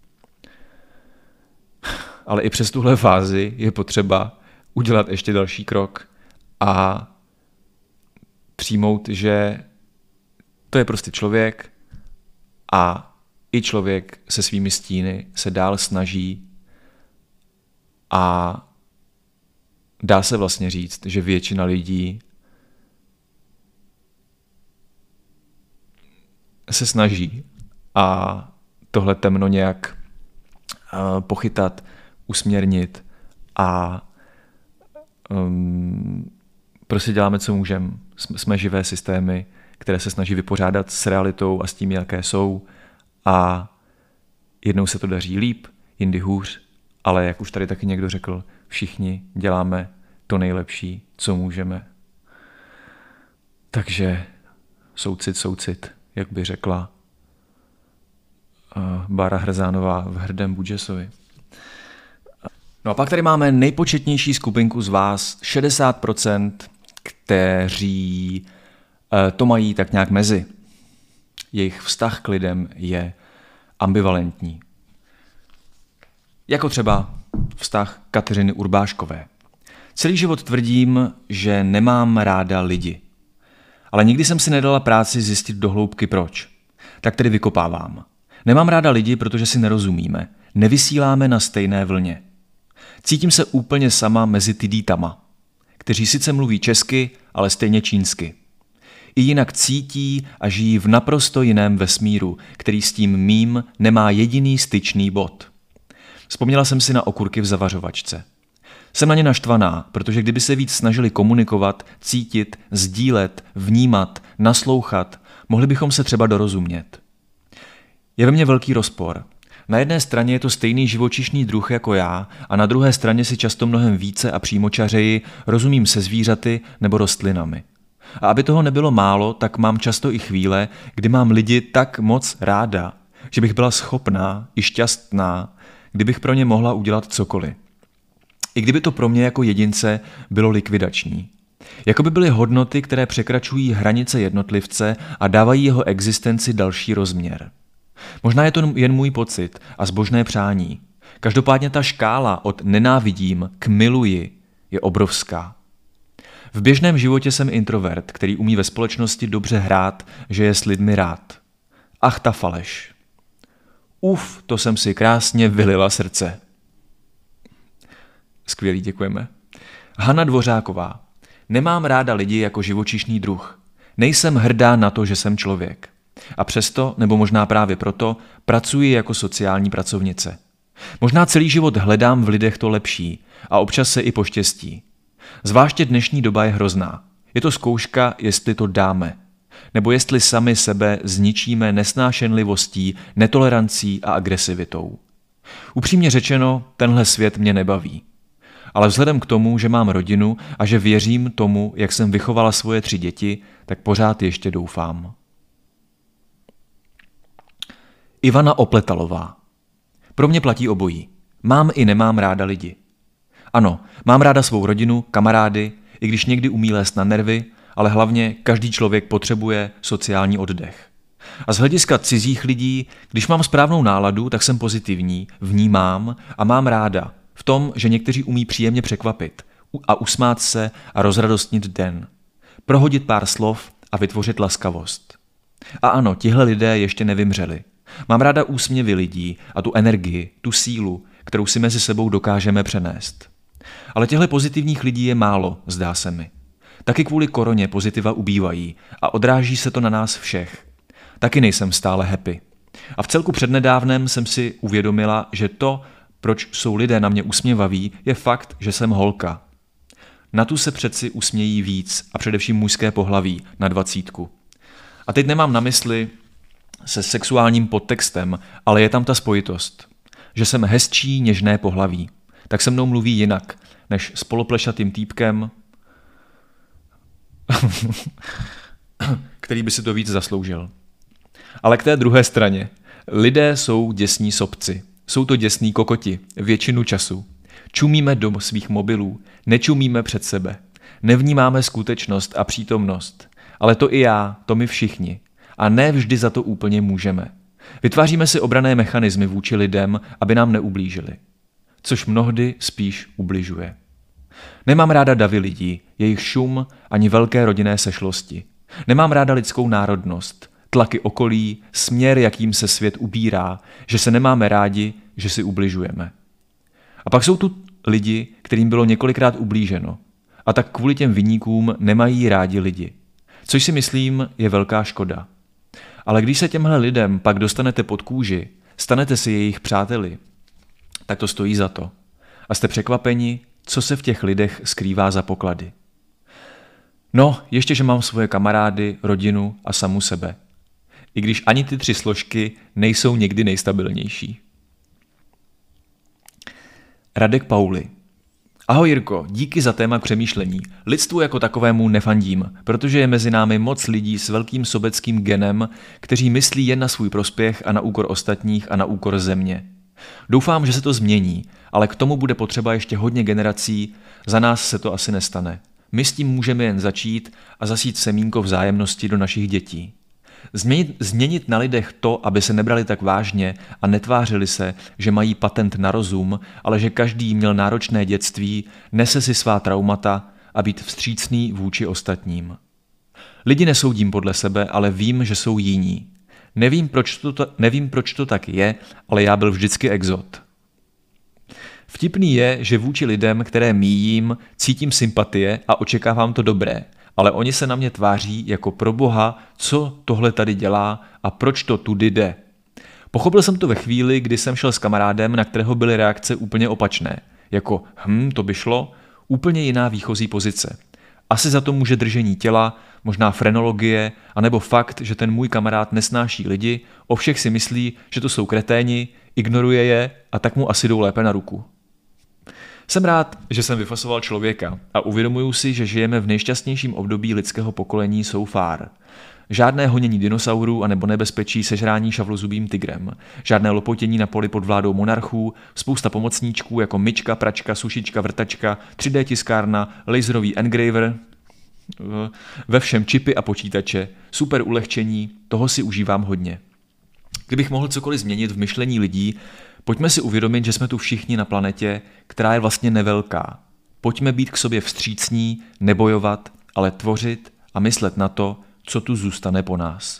Speaker 1: Ale i přes tuhle fázi je potřeba udělat ještě další krok a přijmout, že to je prostě člověk a i člověk se svými stíny se dál snaží. A dá se vlastně říct, že většina lidí se snaží a tohle temno nějak pochytat, usměrnit a um, prostě děláme, co můžeme. Jsme živé systémy, které se snaží vypořádat s realitou a s tím, jaké jsou, a jednou se to daří líp, jindy hůř. Ale jak už tady taky někdo řekl, všichni děláme to nejlepší, co můžeme. Takže soucit, soucit, jak by řekla Bára Hrzánová v Hrdém Budžesovi. No a pak tady máme nejpočetnější skupinku z vás, šedesát procent, kteří to mají tak nějak mezi. Jejich vztah k lidem je ambivalentní. Jako třeba vztah Kateřiny Urbáškové. Celý život tvrdím, že nemám ráda lidi. Ale nikdy jsem si nedala práci zjistit do hloubky proč. Tak tedy vykopávám. Nemám ráda lidi, protože si nerozumíme. Nevysíláme na stejné vlně. Cítím se úplně sama mezi tydítama, kteří sice mluví česky, ale stejně čínsky. I jinak cítí a žijí v naprosto jiném vesmíru, který s tím mým nemá jediný styčný bod. Vzpomněla jsem si na okurky v zavařovačce. Jsem na ně naštvaná, protože kdyby se víc snažili komunikovat, cítit, sdílet, vnímat, naslouchat, mohli bychom se třeba dorozumět. Je ve mně velký rozpor. Na jedné straně je to stejný živočišný druh jako já a na druhé straně si často mnohem více a přímočařeji rozumím se zvířaty nebo rostlinami. A aby toho nebylo málo, tak mám často i chvíle, kdy mám lidi tak moc ráda, že bych byla schopná i šťastná, kdybych pro ně mohla udělat cokoliv. I kdyby to pro mě jako jedince bylo likvidační. Jako by byly hodnoty, které překračují hranice jednotlivce a dávají jeho existenci další rozměr. Možná je to jen můj pocit a zbožné přání. Každopádně ta škála od nenávidím k miluji je obrovská. V běžném životě jsem introvert, který umí ve společnosti dobře hrát, že je s lidmi rád. Ach, ta faleš. Uf, to jsem si krásně vylila srdce. Skvělý, děkujeme. Hana Dvořáková. Nemám ráda lidi jako živočišný druh. Nejsem hrdá na to, že jsem člověk. A přesto, nebo možná právě proto, pracuji jako sociální pracovnice. Možná celý život hledám v lidech to lepší a občas se i poštěstí. Zvláště dnešní doba je hrozná. Je to zkouška, jestli to dáme. Nebo jestli sami sebe zničíme nesnášenlivostí, netolerancí a agresivitou. Upřímně řečeno, tenhle svět mě nebaví. Ale vzhledem k tomu, že mám rodinu a že věřím tomu, jak jsem vychovala svoje tři děti, tak pořád ještě doufám. Ivana Opletalová. Pro mě platí obojí. Mám i nemám ráda lidi. Ano, mám ráda svou rodinu, kamarády, i když někdy umí lézt na nervy, ale hlavně každý člověk potřebuje sociální oddech. A z hlediska cizích lidí, když mám správnou náladu, tak jsem pozitivní, vnímám a mám ráda v tom, že někteří umí příjemně překvapit a usmát se a rozradostnit den. Prohodit pár slov a vytvořit laskavost. A ano, tihle lidé ještě nevymřeli. Mám ráda úsměvy lidí a tu energii, tu sílu, kterou si mezi sebou dokážeme přenést. Ale těchto pozitivních lidí je málo, zdá se mi. Taky kvůli koroně pozitiva ubývají a odráží se to na nás všech. Taky nejsem stále happy. A v celku přednedávnem jsem si uvědomila, že to, proč jsou lidé na mě usměvaví, je fakt, že jsem holka. Na tu se přeci usmějí víc a především mužské pohlaví na dvacítku. A teď nemám na mysli se sexuálním podtextem, ale je tam ta spojitost. Že jsem hezčí něžné pohlaví. Tak se mnou mluví jinak, než s poloplešatým týpkem, který by si to víc zasloužil. Ale k té druhé straně. Lidé jsou děsní sobci. Jsou to děsní kokoti, většinu času. Čumíme do svých mobilů, nečumíme před sebe. Nevnímáme skutečnost a přítomnost. Ale to i já, to my všichni. A ne vždy za to úplně můžeme. Vytváříme si obranné mechanismy vůči lidem, aby nám neublížili. Což mnohdy spíš ubližuje. Nemám ráda davy lidí, jejich šum ani velké rodinné sešlosti. Nemám ráda lidskou národnost, tlaky okolí, směr, jakým se svět ubírá, že se nemáme rádi, že si ubližujeme. A pak jsou tu lidi, kterým bylo několikrát ublíženo. A tak kvůli těm viníkům nemají rádi lidi. Což si myslím je velká škoda. Ale když se těmhle lidem pak dostanete pod kůži, stanete si jejich přáteli, tak to stojí za to. A jste překvapeni, co se v těch lidech skrývá za poklady. No, ještě, že mám svoje kamarády, rodinu a samu sebe. I když ani ty tři složky nejsou někdy nejstabilnější. Radek Pauli. Ahoj Jirko, díky za téma k přemýšlení. Lidstvu jako takovému nefandím, protože je mezi námi moc lidí s velkým sobeckým genem, kteří myslí jen na svůj prospěch a na úkor ostatních a na úkor země. Doufám, že se to změní, ale k tomu bude potřeba ještě hodně generací, za nás se to asi nestane. My s tím můžeme jen začít a zasít semínko vzájemnosti do našich dětí. Změnit, změnit na lidech to, aby se nebrali tak vážně a netvářili se, že mají patent na rozum, ale že každý měl náročné dětství, nese si svá traumata a být vstřícný vůči ostatním. Lidi nesoudím podle sebe, ale vím, že jsou jiní. Nevím proč, to, nevím, proč to tak je, ale já byl vždycky exot. Vtipný je, že vůči lidem, které míjím, cítím sympatie a očekávám to dobré, ale oni se na mě tváří jako pro boha, co tohle tady dělá a proč to tudy jde. Pochopil jsem to ve chvíli, kdy jsem šel s kamarádem, na kterého byly reakce úplně opačné. Jako hm, to by šlo, úplně jiná výchozí pozice. Asi za to může držení těla, možná frenologie, anebo fakt, že ten můj kamarád nesnáší lidi, o všech si myslí, že to jsou kreténi, ignoruje je a tak mu asi jdou lépe na ruku. Jsem rád, že jsem vyfasoval člověka a uvědomuju si, že žijeme v nejšťastnějším období lidského pokolení so far. Žádné honění dinosaurů anebo nebezpečí sežrání šavlozubým tygrem. Žádné lopotění na poli pod vládou monarchů, spousta pomocníčků jako myčka, pračka, sušička, vrtačka, tři dé tiskárna, laserový engraver, ve všem čipy a počítače, super ulehčení, toho si užívám hodně. Kdybych mohl cokoliv změnit v myšlení lidí, pojďme si uvědomit, že jsme tu všichni na planetě, která je vlastně nevelká. Pojďme být k sobě vstřícní, nebojovat, ale tvořit a myslet na to, co tu zůstane po nás.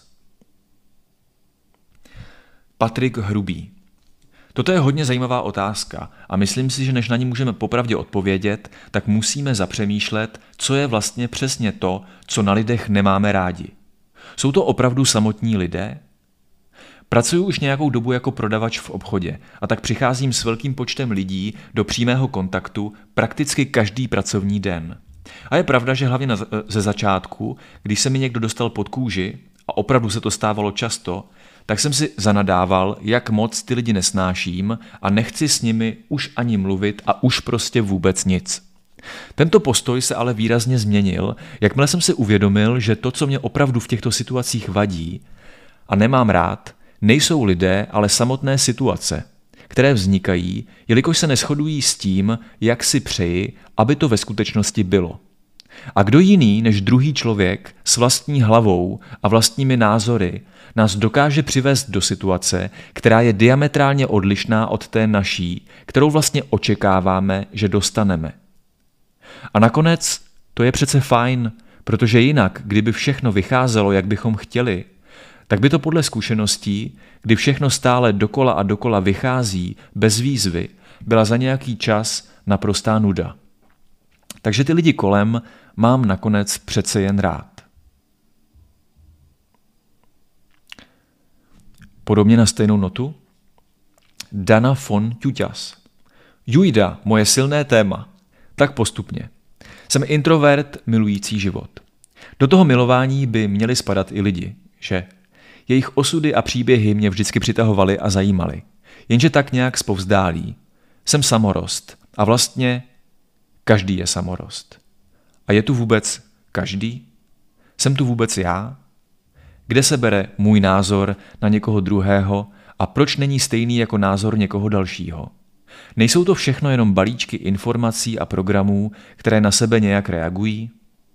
Speaker 1: Patrik Hrubý. Toto je hodně zajímavá otázka a myslím si, že než na ní můžeme popravdě odpovědět, tak musíme zapřemýšlet, co je vlastně přesně to, co na lidech nemáme rádi. Jsou to opravdu samotní lidé? Pracuji už nějakou dobu jako prodavač v obchodě a tak přicházím s velkým počtem lidí do přímého kontaktu prakticky každý pracovní den. A je pravda, že hlavně na, ze začátku, když se mi někdo dostal pod kůži, a opravdu se to stávalo často, tak jsem si zanadával, jak moc ty lidi nesnáším a nechci s nimi už ani mluvit a už prostě vůbec nic. Tento postoj se ale výrazně změnil, jakmile jsem si uvědomil, že to, co mě opravdu v těchto situacích vadí a nemám rád, nejsou lidé, ale samotné situace, které vznikají, jelikož se neshodují s tím, jak si přeji, aby to ve skutečnosti bylo. A kdo jiný než druhý člověk s vlastní hlavou a vlastními názory nás dokáže přivést do situace, která je diametrálně odlišná od té naší, kterou vlastně očekáváme, že dostaneme. A nakonec to je přece fajn, protože jinak, kdyby všechno vycházelo, jak bychom chtěli, tak by to podle zkušeností, kdy všechno stále dokola a dokola vychází bez výzvy, byla za nějaký čas naprostá nuda. Takže ty lidi kolem mám nakonec přece jen rád. Podobně na stejnou notu? Dana von Ťuťas. Jujda, moje silné téma. Tak postupně. Jsem introvert milující život. Do toho milování by měli spadat i lidi, že? Jejich osudy a příběhy mě vždycky přitahovaly a zajímaly. Jenže tak nějak zpovzdálí. Jsem samorost a vlastně každý je samorost. A je tu vůbec každý? Jsem tu vůbec já? Kde se bere můj názor na někoho druhého a proč není stejný jako názor někoho dalšího? Nejsou to všechno jenom balíčky informací a programů, které na sebe nějak reagují?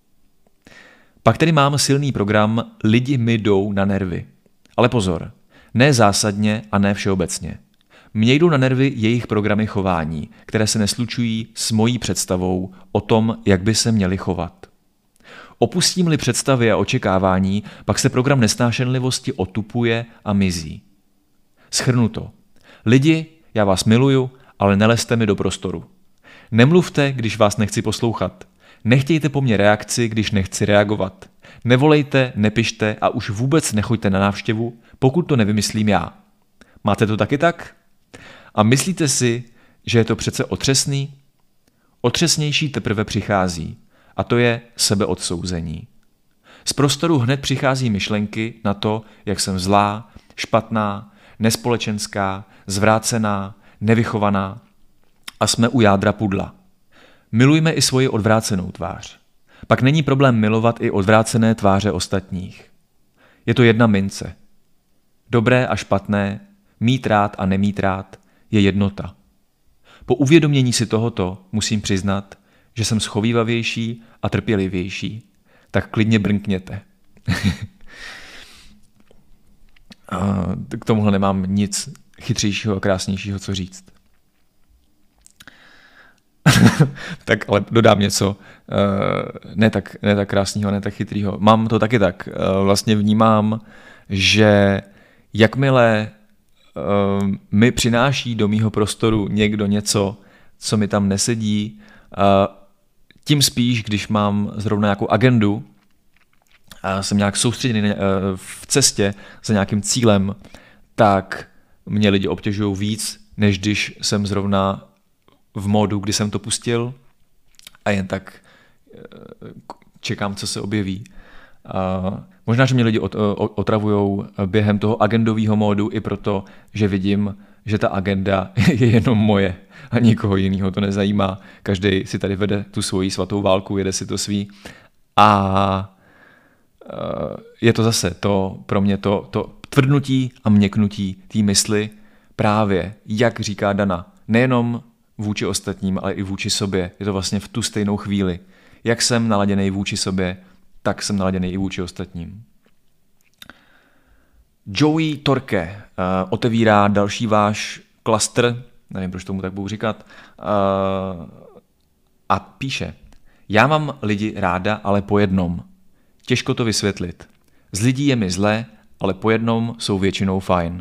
Speaker 1: Pak tedy mám silný program Lidi mi jdou na nervy. Ale pozor, ne zásadně a ne všeobecně. Mně jdou na nervy jejich programy chování, které se neslučují s mojí představou o tom, jak by se měli chovat. Opustím-li představy a očekávání, pak se program nesnášenlivosti otupuje a mizí. Shrnu to. Lidi, já vás miluju, ale nelezte mi do prostoru. Nemluvte, když vás nechci poslouchat. Nechtějte po mně reakci, když nechci reagovat. Nevolejte, nepište a už vůbec nechoďte na návštěvu, pokud to nevymyslím já. Máte to taky tak? A myslíte si, že je to přece otřesný? Otřesnější teprve přichází, a to je sebeodsouzení. Z prostoru hned přichází myšlenky na to, jak jsem zlá, špatná, nespolečenská, zvrácená, nevychovaná a jsme u jádra pudla. Milujme i svoji odvrácenou tvář. Pak není problém milovat i odvrácené tváře ostatních. Je to jedna mince. Dobré a špatné, mít rád a nemít rád je jednota. Po uvědomění si tohoto musím přiznat, že jsem schovývavější a trpělivější. Tak klidně brnkněte. A k tomuhle nemám nic chytřejšího a krásnějšího, co říct. Tak ale dodám něco ne tak, ne tak krásného, ne tak chytrýho. Mám to taky tak. Vlastně vnímám, že jakmile mi přináší do mýho prostoru někdo něco, co mi tam nesedí, tím spíš, když mám zrovna nějakou agendu a jsem nějak soustředěný v cestě za nějakým cílem, tak mě lidi obtěžují víc, než když jsem zrovna v módu, kdy jsem to pustil a jen tak čekám, co se objeví. A možná, že mě lidi otravujou během toho agendového módu i proto, že vidím, že ta agenda je jenom moje a nikoho jiného to nezajímá. Každý si tady vede tu svoji svatou válku, jede si to svý. A je to zase to pro mě to, to tvrdnutí a měknutí té mysli právě, jak říká Dana, nejenom vůči ostatním, ale i vůči sobě. Je to vlastně v tu stejnou chvíli. Jak jsem naladěný vůči sobě, tak jsem naladěný i vůči ostatním. Joey Torke uh, otevírá další váš klastr, nevím, proč tomu tak budu říkat, uh, a píše: Já mám lidi ráda, ale po jednom. Těžko to vysvětlit. Z lidí je mi zle, ale po jednom jsou většinou fajn.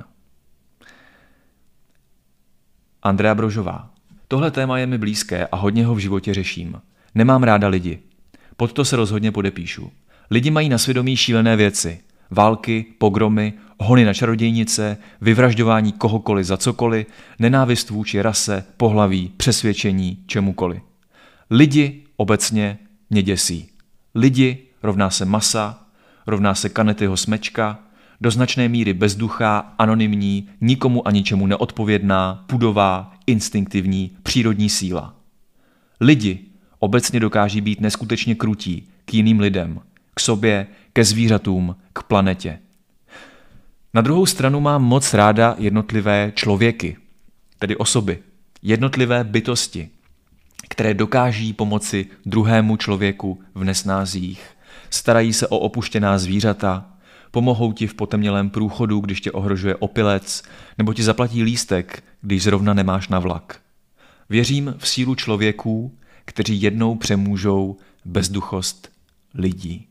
Speaker 1: Andrea Brožová. Tohle téma je mi blízké a hodně ho v životě řeším. Nemám ráda lidi. Pod to se rozhodně podepíšu. Lidi mají na svědomí šílené věci. Války, pogromy, hony na čarodějnice, vyvražďování kohokoliv za cokoliv, nenávist vůči rase, pohlaví, přesvědčení, čemukoliv. Lidi obecně mě děsí. Lidi rovná se masa, rovná se Canetyho smečka, do značné míry bezduchá, anonymní, nikomu a ničemu neodpovědná, pudová, instinktivní, přírodní síla. Lidi obecně dokáží být neskutečně krutí k jiným lidem, k sobě, ke zvířatům, k planetě. Na druhou stranu mám moc ráda jednotlivé člověky, tedy osoby, jednotlivé bytosti, které dokáží pomoci druhému člověku v nesnázích, starají se o opuštěná zvířata, pomohou ti v potemnělém průchodu, když tě ohrožuje opilec, nebo ti zaplatí lístek, když zrovna nemáš na vlak. Věřím v sílu člověků, kteří jednou přemůžou bezduchost lidí.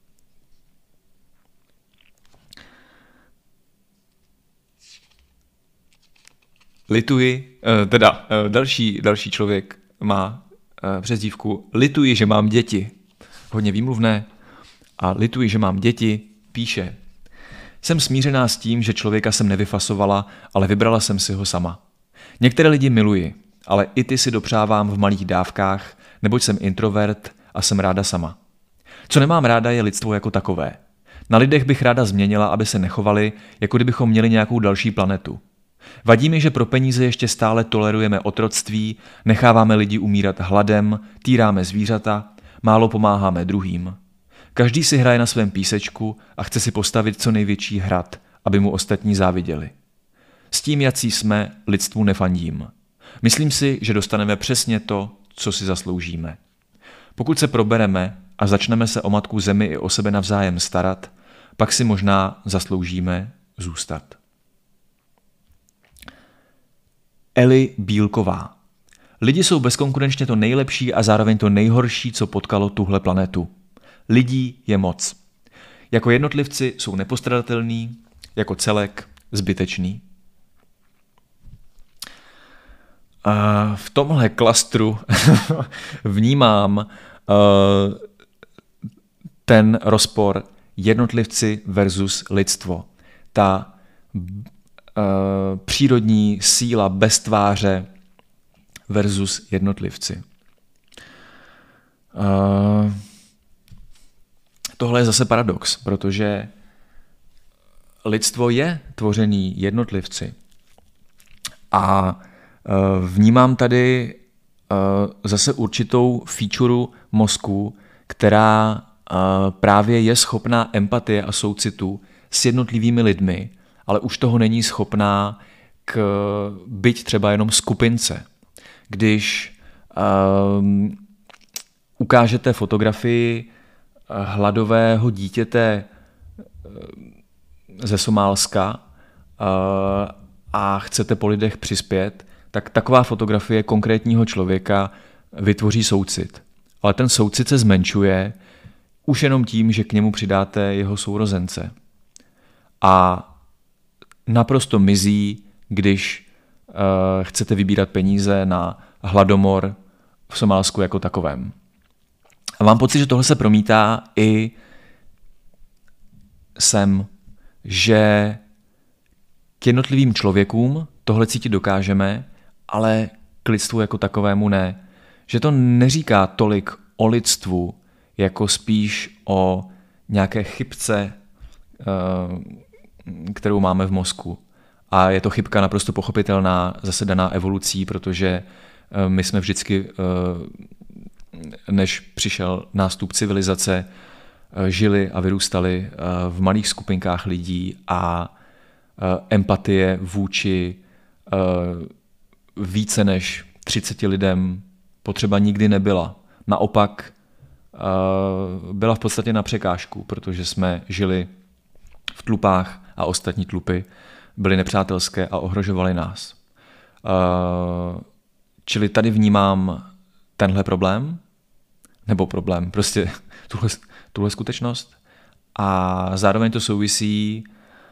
Speaker 1: Lituji, teda další, další člověk má přezdívku Lituji, že mám děti. Hodně výmluvné. A lituji, že mám děti, píše: Jsem smířená s tím, že člověka jsem nevyfasovala, ale vybrala jsem si ho sama. Některé lidi miluji, ale i ty si dopřávám v malých dávkách, neboť jsem introvert a jsem ráda sama. Co nemám ráda, je lidstvo jako takové. Na lidech bych ráda změnila, aby se nechovali, jako kdybychom měli nějakou další planetu. Vadí mi, že pro peníze ještě stále tolerujeme otroctví, necháváme lidi umírat hladem, týráme zvířata, málo pomáháme druhým. Každý si hraje na svém písečku a chce si postavit co největší hrad, aby mu ostatní záviděli. S tím, jací jsme, lidstvu nefandím. Myslím si, že dostaneme přesně to, co si zasloužíme. Pokud se probereme a začneme se o matku zemi i o sebe navzájem starat, pak si možná zasloužíme zůstat. Eli Bílková. Lidi jsou bezkonkurenčně to nejlepší a zároveň to nejhorší, co potkalo tuhle planetu. Lidí je moc. Jako jednotlivci jsou nepostradatelní, jako celek zbytečný. A v tomhle klastru vnímám uh, ten rozpor jednotlivci versus lidstvo. Ta uh, přírodní síla bez tváře versus jednotlivci. Uh, tohle je zase paradox, protože lidstvo je tvořený jednotlivci. A vnímám tady zase určitou featureu mozku, která právě je schopná empatie a soucitu s jednotlivými lidmi, ale už toho není schopná k byť třeba jenom skupince. Když um, ukážete fotografii hladového dítěte ze Somálska uh, a chcete po lidech přispět, tak taková fotografie konkrétního člověka vytvoří soucit. Ale ten soucit se zmenšuje už jenom tím, že k němu přidáte jeho sourozence. A naprosto mizí, když uh, chcete vybírat peníze na hladomor v Somálsku jako takovém. A mám pocit, že tohle se promítá i sem, že k jednotlivým člověkům tohle cítit dokážeme, ale k lidstvu jako takovému ne. Že to neříká tolik o lidstvu, jako spíš o nějaké chybce, kterou máme v mozku. A je to chybka naprosto pochopitelná, zase daná evolucí, protože my jsme vždycky, než přišel nástup civilizace, žili a vyrůstali v malých skupinkách lidí a empatie vůči více než třiceti lidem potřeba nikdy nebyla. Naopak byla v podstatě na překážku, protože jsme žili v tlupách a ostatní tlupy byly nepřátelské a ohrožovaly nás. Čili tady vnímám tenhle problém, nebo problém, prostě tuhle, tuhle skutečnost a zároveň to souvisí,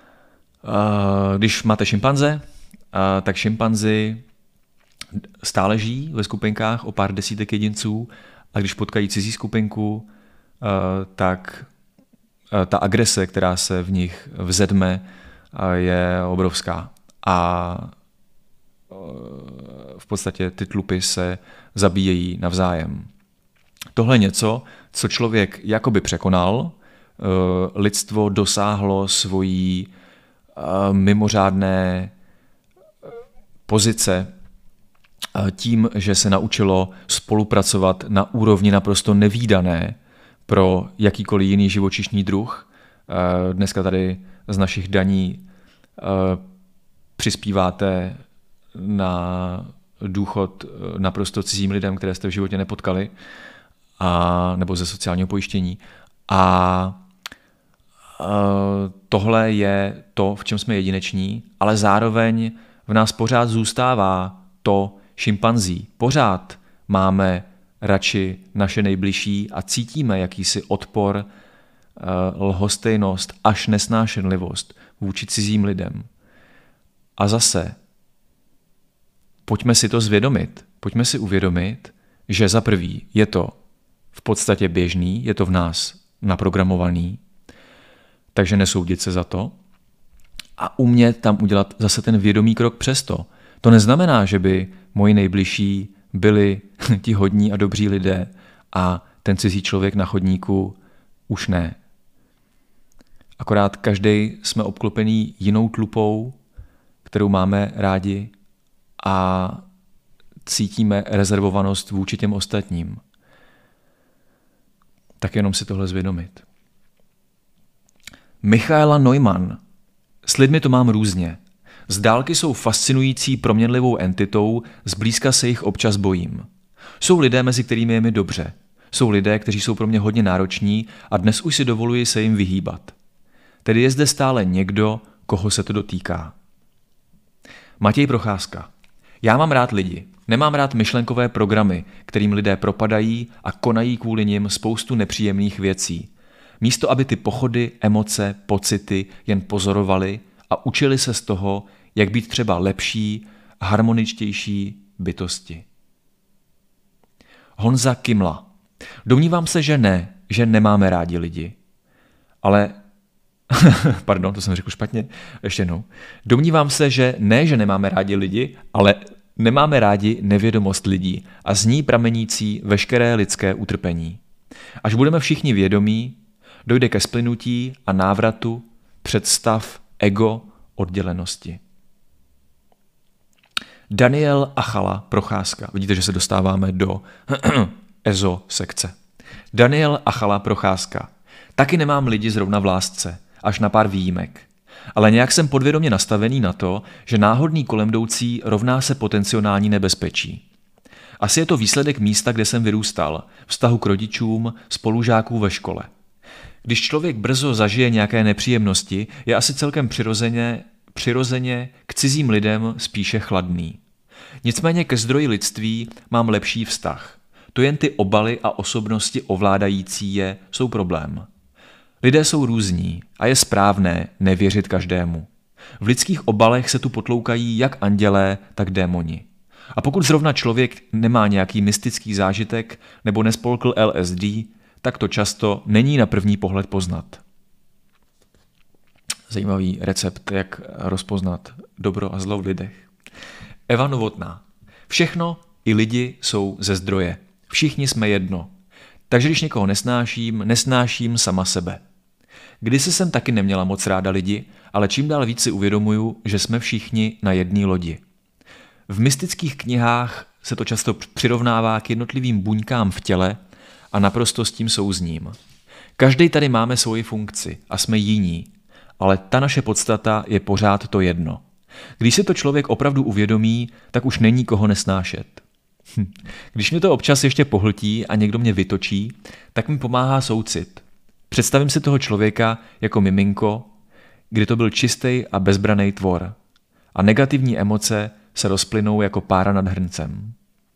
Speaker 1: když máte šimpanze, tak šimpanzi stále žijí ve skupinkách o pár desítek jedinců a když potkají cizí skupinku, tak ta agrese, která se v nich vzedme, je obrovská. A v podstatě ty tlupy se zabíjejí navzájem. Tohle je něco, co člověk jakoby překonal, lidstvo dosáhlo svojí mimořádné pozice tím, že se naučilo spolupracovat na úrovni naprosto nevídané pro jakýkoliv jiný živočišný druh. Dneska tady z našich daní přispíváte na důchod naprosto cizím lidem, které jste v životě nepotkali, a, nebo ze sociálního pojištění. A, a tohle je to, v čem jsme jedineční, ale zároveň v nás pořád zůstává to šimpanzí. Pořád máme radši naše nejbližší a cítíme jakýsi odpor, lhostejnost až nesnášenlivost vůči cizím lidem. A zase, pojďme si to zvědomit. Pojďme si uvědomit, že za prvý je to v podstatě běžný, je to v nás naprogramovaný, takže nesoudit se za to a umět tam udělat zase ten vědomý krok přesto. To neznamená, že by moji nejbližší byli ti hodní a dobří lidé a ten cizí člověk na chodníku už ne. Akorát každý jsme obklopený jinou tlupou, kterou máme rádi a cítíme rezervovanost vůči těm ostatním. Tak jenom si tohle zvědomit. Michaela Neumann. S lidmi to mám různě. Z dálky jsou fascinující proměnlivou entitou, zblízka se jich občas bojím. Jsou lidé, mezi kterými je mi dobře. Jsou lidé, kteří jsou pro mě hodně nároční a dnes už si dovoluji se jim vyhýbat. Tedy je zde stále někdo, koho se to dotýká. Matěj Procházka. Já mám rád lidi. Nemám rád myšlenkové programy, kterým lidé propadají a konají kvůli nim spoustu nepříjemných věcí. Místo, aby ty pochody, emoce, pocity jen pozorovali a učili se z toho, jak být třeba lepší, harmoničtější bytosti. Honza Kimla. Domnívám se, že ne, že nemáme rádi lidi. Ale, pardon, to jsem řekl špatně, ještě jednou. Domnívám se, že ne, že nemáme rádi lidi, ale nemáme rádi nevědomost lidí a z ní pramenící veškeré lidské utrpení. Až budeme všichni vědomí, dojde ke splynutí a návratu před stav ego oddělenosti. Daniel Achala Procházka. Vidíte, že se dostáváme do ezo sekce. Daniel Achala Procházka. Taky nemám lidi zrovna v lásce, až na pár výjimek. Ale nějak jsem podvědomě nastavený na to, že náhodný kolemjdoucí rovná se potenciální nebezpečí. Asi je to výsledek místa, kde jsem vyrůstal, vztahu k rodičům, spolužáků ve škole. Když člověk brzo zažije nějaké nepříjemnosti, je asi celkem přirozeně, přirozeně k cizím lidem spíše chladný. Nicméně ke zdroji lidství mám lepší vztah. To jen ty obaly a osobnosti ovládající je jsou problém. Lidé jsou různí a je správné nevěřit každému. V lidských obalech se tu potloukají jak andělé, tak démoni. A pokud zrovna člověk nemá nějaký mystický zážitek nebo nespolkl L S D, tak to často není na první pohled poznat. Zajímavý recept, jak rozpoznat dobro a zlo v lidech. Eva Novotná. Všechno i lidi jsou ze zdroje. Všichni jsme jedno. Takže když někoho nesnáším, nesnáším sama sebe. Kdysi jsem taky neměla moc ráda lidi, ale čím dál víc si uvědomuju, že jsme všichni na jedné lodi. V mystických knihách se to často přirovnává k jednotlivým buňkám v těle a naprosto s tím souzním. Každý tady máme svoji funkci a jsme jiní, ale ta naše podstata je pořád to jedno. Když si to člověk opravdu uvědomí, tak už není koho nesnášet. Když mě to občas ještě pohltí a někdo mě vytočí, tak mi pomáhá soucit. Představím si toho člověka jako miminko, kdy to byl čistý a bezbraný tvor. A negativní emoce se rozplynou jako pára nad hrncem.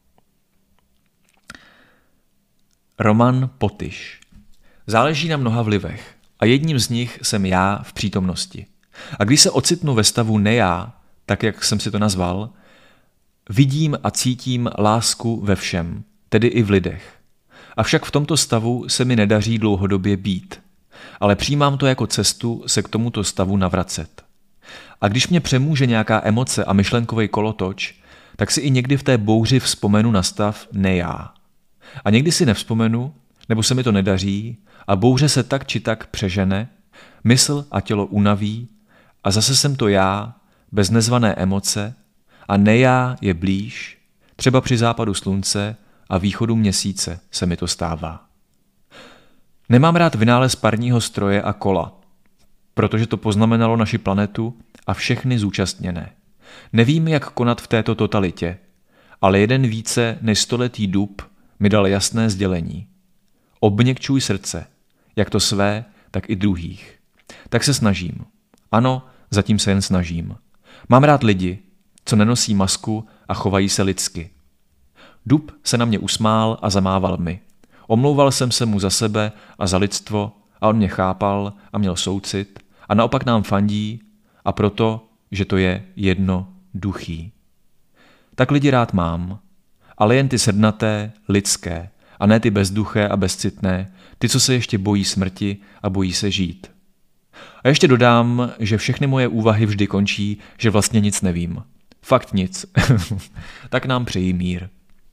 Speaker 1: Roman Potyš. Záleží na mnoha vlivech a jedním z nich jsem já v přítomnosti. A když se ocitnu ve stavu nejá, tak jak jsem si to nazval, vidím a cítím lásku ve všem, tedy i v lidech. Avšak v tomto stavu se mi nedaří dlouhodobě být, ale přijímám to jako cestu se k tomuto stavu navracet. A když mě přemůže nějaká emoce a myšlenkový kolotoč, tak si i někdy v té bouři vzpomenu na stav nejá. A někdy si nevzpomenu, nebo se mi to nedaří, a bouře se tak či tak přežene, mysl a tělo unaví a zase jsem to já, bez nezvané emoce, a nejá je blíž, třeba při západu slunce a východu měsíce se mi to stává. Nemám rád vynález parního stroje a kola, protože to poznamenalo naši planetu a všechny zúčastněné. Nevím, jak konat v této totalitě, ale jeden více než stoletý dub mi dal jasné sdělení. Obměkčuj srdce, jak to své, tak i druhých. Tak se snažím. Ano, zatím se jen snažím. Mám rád lidi, co nenosí masku a chovají se lidsky. Dub se na mě usmál a zamával mi. Omlouval jsem se mu za sebe a za lidstvo a on mě chápal a měl soucit a naopak nám fandí a proto, že to je jedno duchý. Tak lidi rád mám, ale jen ty srdnaté, lidské, a ne ty bezduché a bezcitné, ty, co se ještě bojí smrti a bojí se žít. A ještě dodám, že všechny moje úvahy vždy končí, že vlastně nic nevím. Fakt nic. Tak nám přeji mír.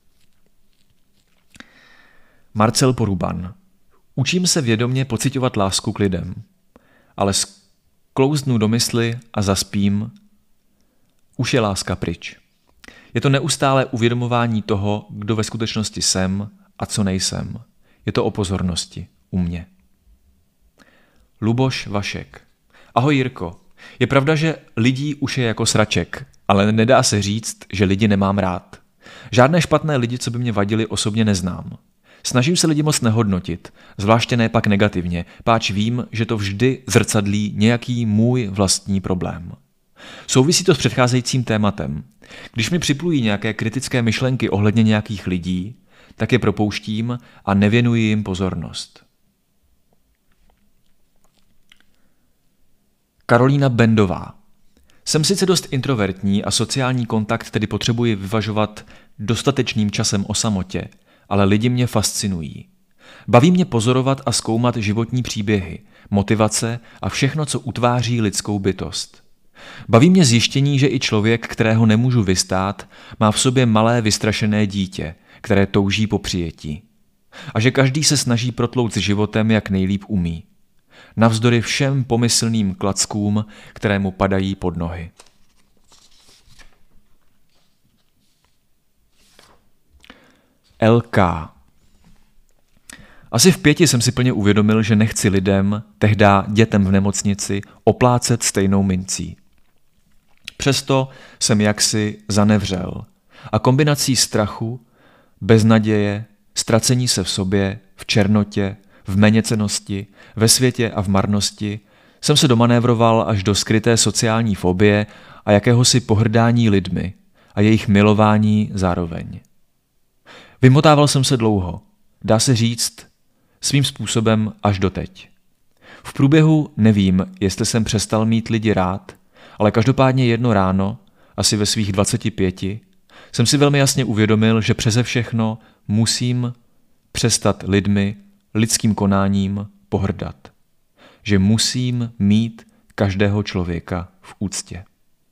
Speaker 1: Marcel Poruban. Učím se vědomě pociťovat lásku k lidem, ale sklouznu do mysli a zaspím, už je láska pryč. Je to neustálé uvědomování toho, kdo ve skutečnosti jsem a co nejsem. Je to o pozornosti u mě. Luboš Vašek. Ahoj Jirko. Je pravda, že lidí už je jako sraček, ale nedá se říct, že lidi nemám rád. Žádné špatné lidi, co by mě vadili, osobně neznám. Snažím se lidi moc nehodnotit, zvláště ne pak negativně, páč vím, že to vždy zrcadlí nějaký můj vlastní problém. Souvisí to s předcházejícím tématem. Když mi připlují nějaké kritické myšlenky ohledně nějakých lidí, tak je propouštím a nevěnuji jim pozornost. Karolína Bendová. Jsem sice dost introvertní a sociální kontakt tedy potřebuji vyvažovat dostatečným časem o samotě, ale lidi mě fascinují. Baví mě pozorovat a zkoumat životní příběhy, motivace a všechno, co utváří lidskou bytost. Baví mě zjištění, že i člověk, kterého nemůžu vystát, má v sobě malé vystrašené dítě, které touží po přijetí. A že každý se snaží protlout s životem, jak nejlíp umí. Navzdory všem pomyslným klackům, které mu padají pod nohy. L K. Asi v pěti jsem si plně uvědomil, že nechci lidem, tehda dětem v nemocnici, oplácet stejnou mincí. Přesto jsem jaksi zanevřel a kombinací strachu, beznaděje, ztracení se v sobě, v černotě, v méněcennosti, ve světě a v marnosti jsem se domanévroval až do skryté sociální fobie a jakéhosi pohrdání lidmi a jejich milování zároveň. Vymotával jsem se dlouho, dá se říct, svým způsobem až doteď. V průběhu nevím, jestli jsem přestal mít lidi rád, ale každopádně jedno ráno, asi ve svých dvaceti pěti, jsem si velmi jasně uvědomil, že přeze všechno musím přestat lidmi, lidským konáním pohrdat. Že musím mít každého člověka v úctě.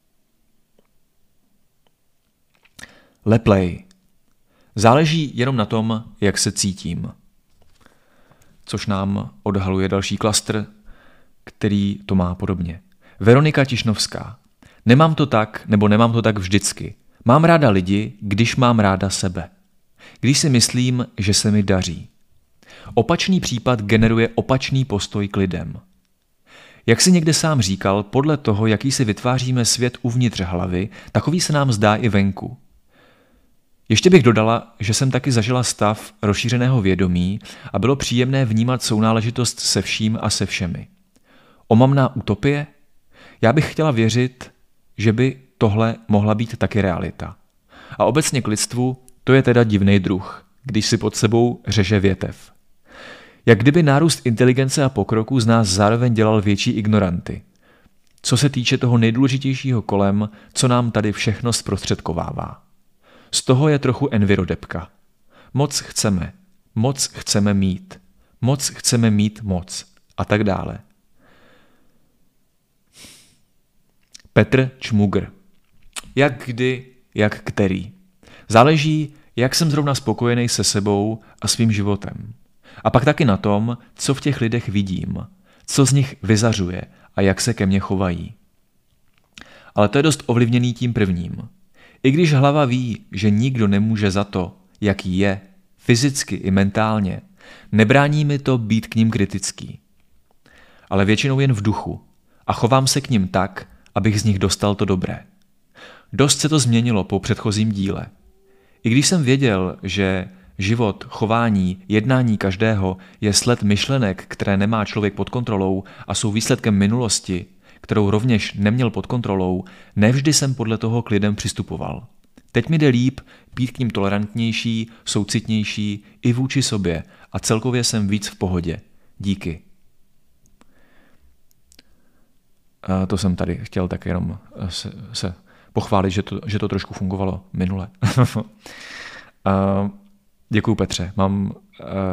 Speaker 1: Leplej. Záleží jenom na tom, jak se cítím. Což nám odhaluje další klastr, který to má podobně. Veronika Tišnovská. Nemám to tak, nebo nemám to tak vždycky. Mám ráda lidi, když mám ráda sebe. Když si myslím, že se mi daří. Opačný případ generuje opačný postoj k lidem. Jak si někde sám říkal, podle toho, jaký si vytváříme svět uvnitř hlavy, takový se nám zdá i venku. Ještě bych dodala, že jsem taky zažila stav rozšířeného vědomí a bylo příjemné vnímat sounáležitost se vším a se všemi. Omamná utopie? Já bych chtěla věřit, že by tohle mohla být taky realita. A obecně k lidstvu to je teda divnej druh, když si pod sebou řeže větev. Jak kdyby nárůst inteligence a pokroku z nás zároveň dělal větší ignoranty. Co se týče toho nejdůležitějšího kolem, co nám tady všechno zprostředkovává. Z toho je trochu envirodepka. Moc chceme, moc chceme mít, moc chceme mít moc a tak dále. Petr Čmugr. Jak kdy, jak který. Záleží, jak jsem zrovna spokojený se sebou a svým životem. A pak taky na tom, co v těch lidech vidím, co z nich vyzařuje a jak se ke mně chovají. Ale to je dost ovlivněný tím prvním. I když hlava ví, že nikdo nemůže za to, jaký je, fyzicky i mentálně, nebrání mi to být k ním kritický. Ale většinou jen v duchu a chovám se k nim tak, abych z nich dostal to dobré. Dost se to změnilo po předchozím díle. I když jsem věděl, že život, chování, jednání každého je sled myšlenek, které nemá člověk pod kontrolou a jsou výsledkem minulosti, kterou rovněž neměl pod kontrolou, nevždy jsem podle toho k lidem přistupoval. Teď mi jde líp být k ním tolerantnější, soucitnější i vůči sobě a celkově jsem víc v pohodě. Díky. A to jsem tady chtěl tak jenom se, se pochválit, že to, že to trošku fungovalo minule. Děkuju, Petře. Mám, uh,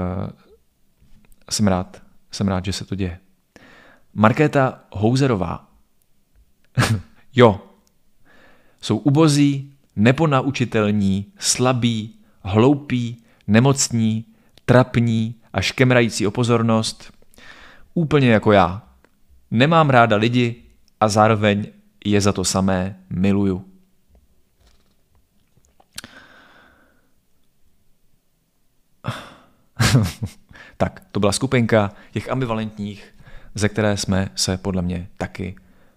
Speaker 1: jsem rád, jsem rád, že se to děje. Markéta Houzerová. Jo. Jsou ubozí, neponaučitelní, slabí, hloupí, nemocní, trapní a škemrající o pozornost. Úplně jako já. Nemám ráda lidi a zároveň je za to samé miluju. Tak, to byla skupinka těch ambivalentních, ze které jsme se podle mě taky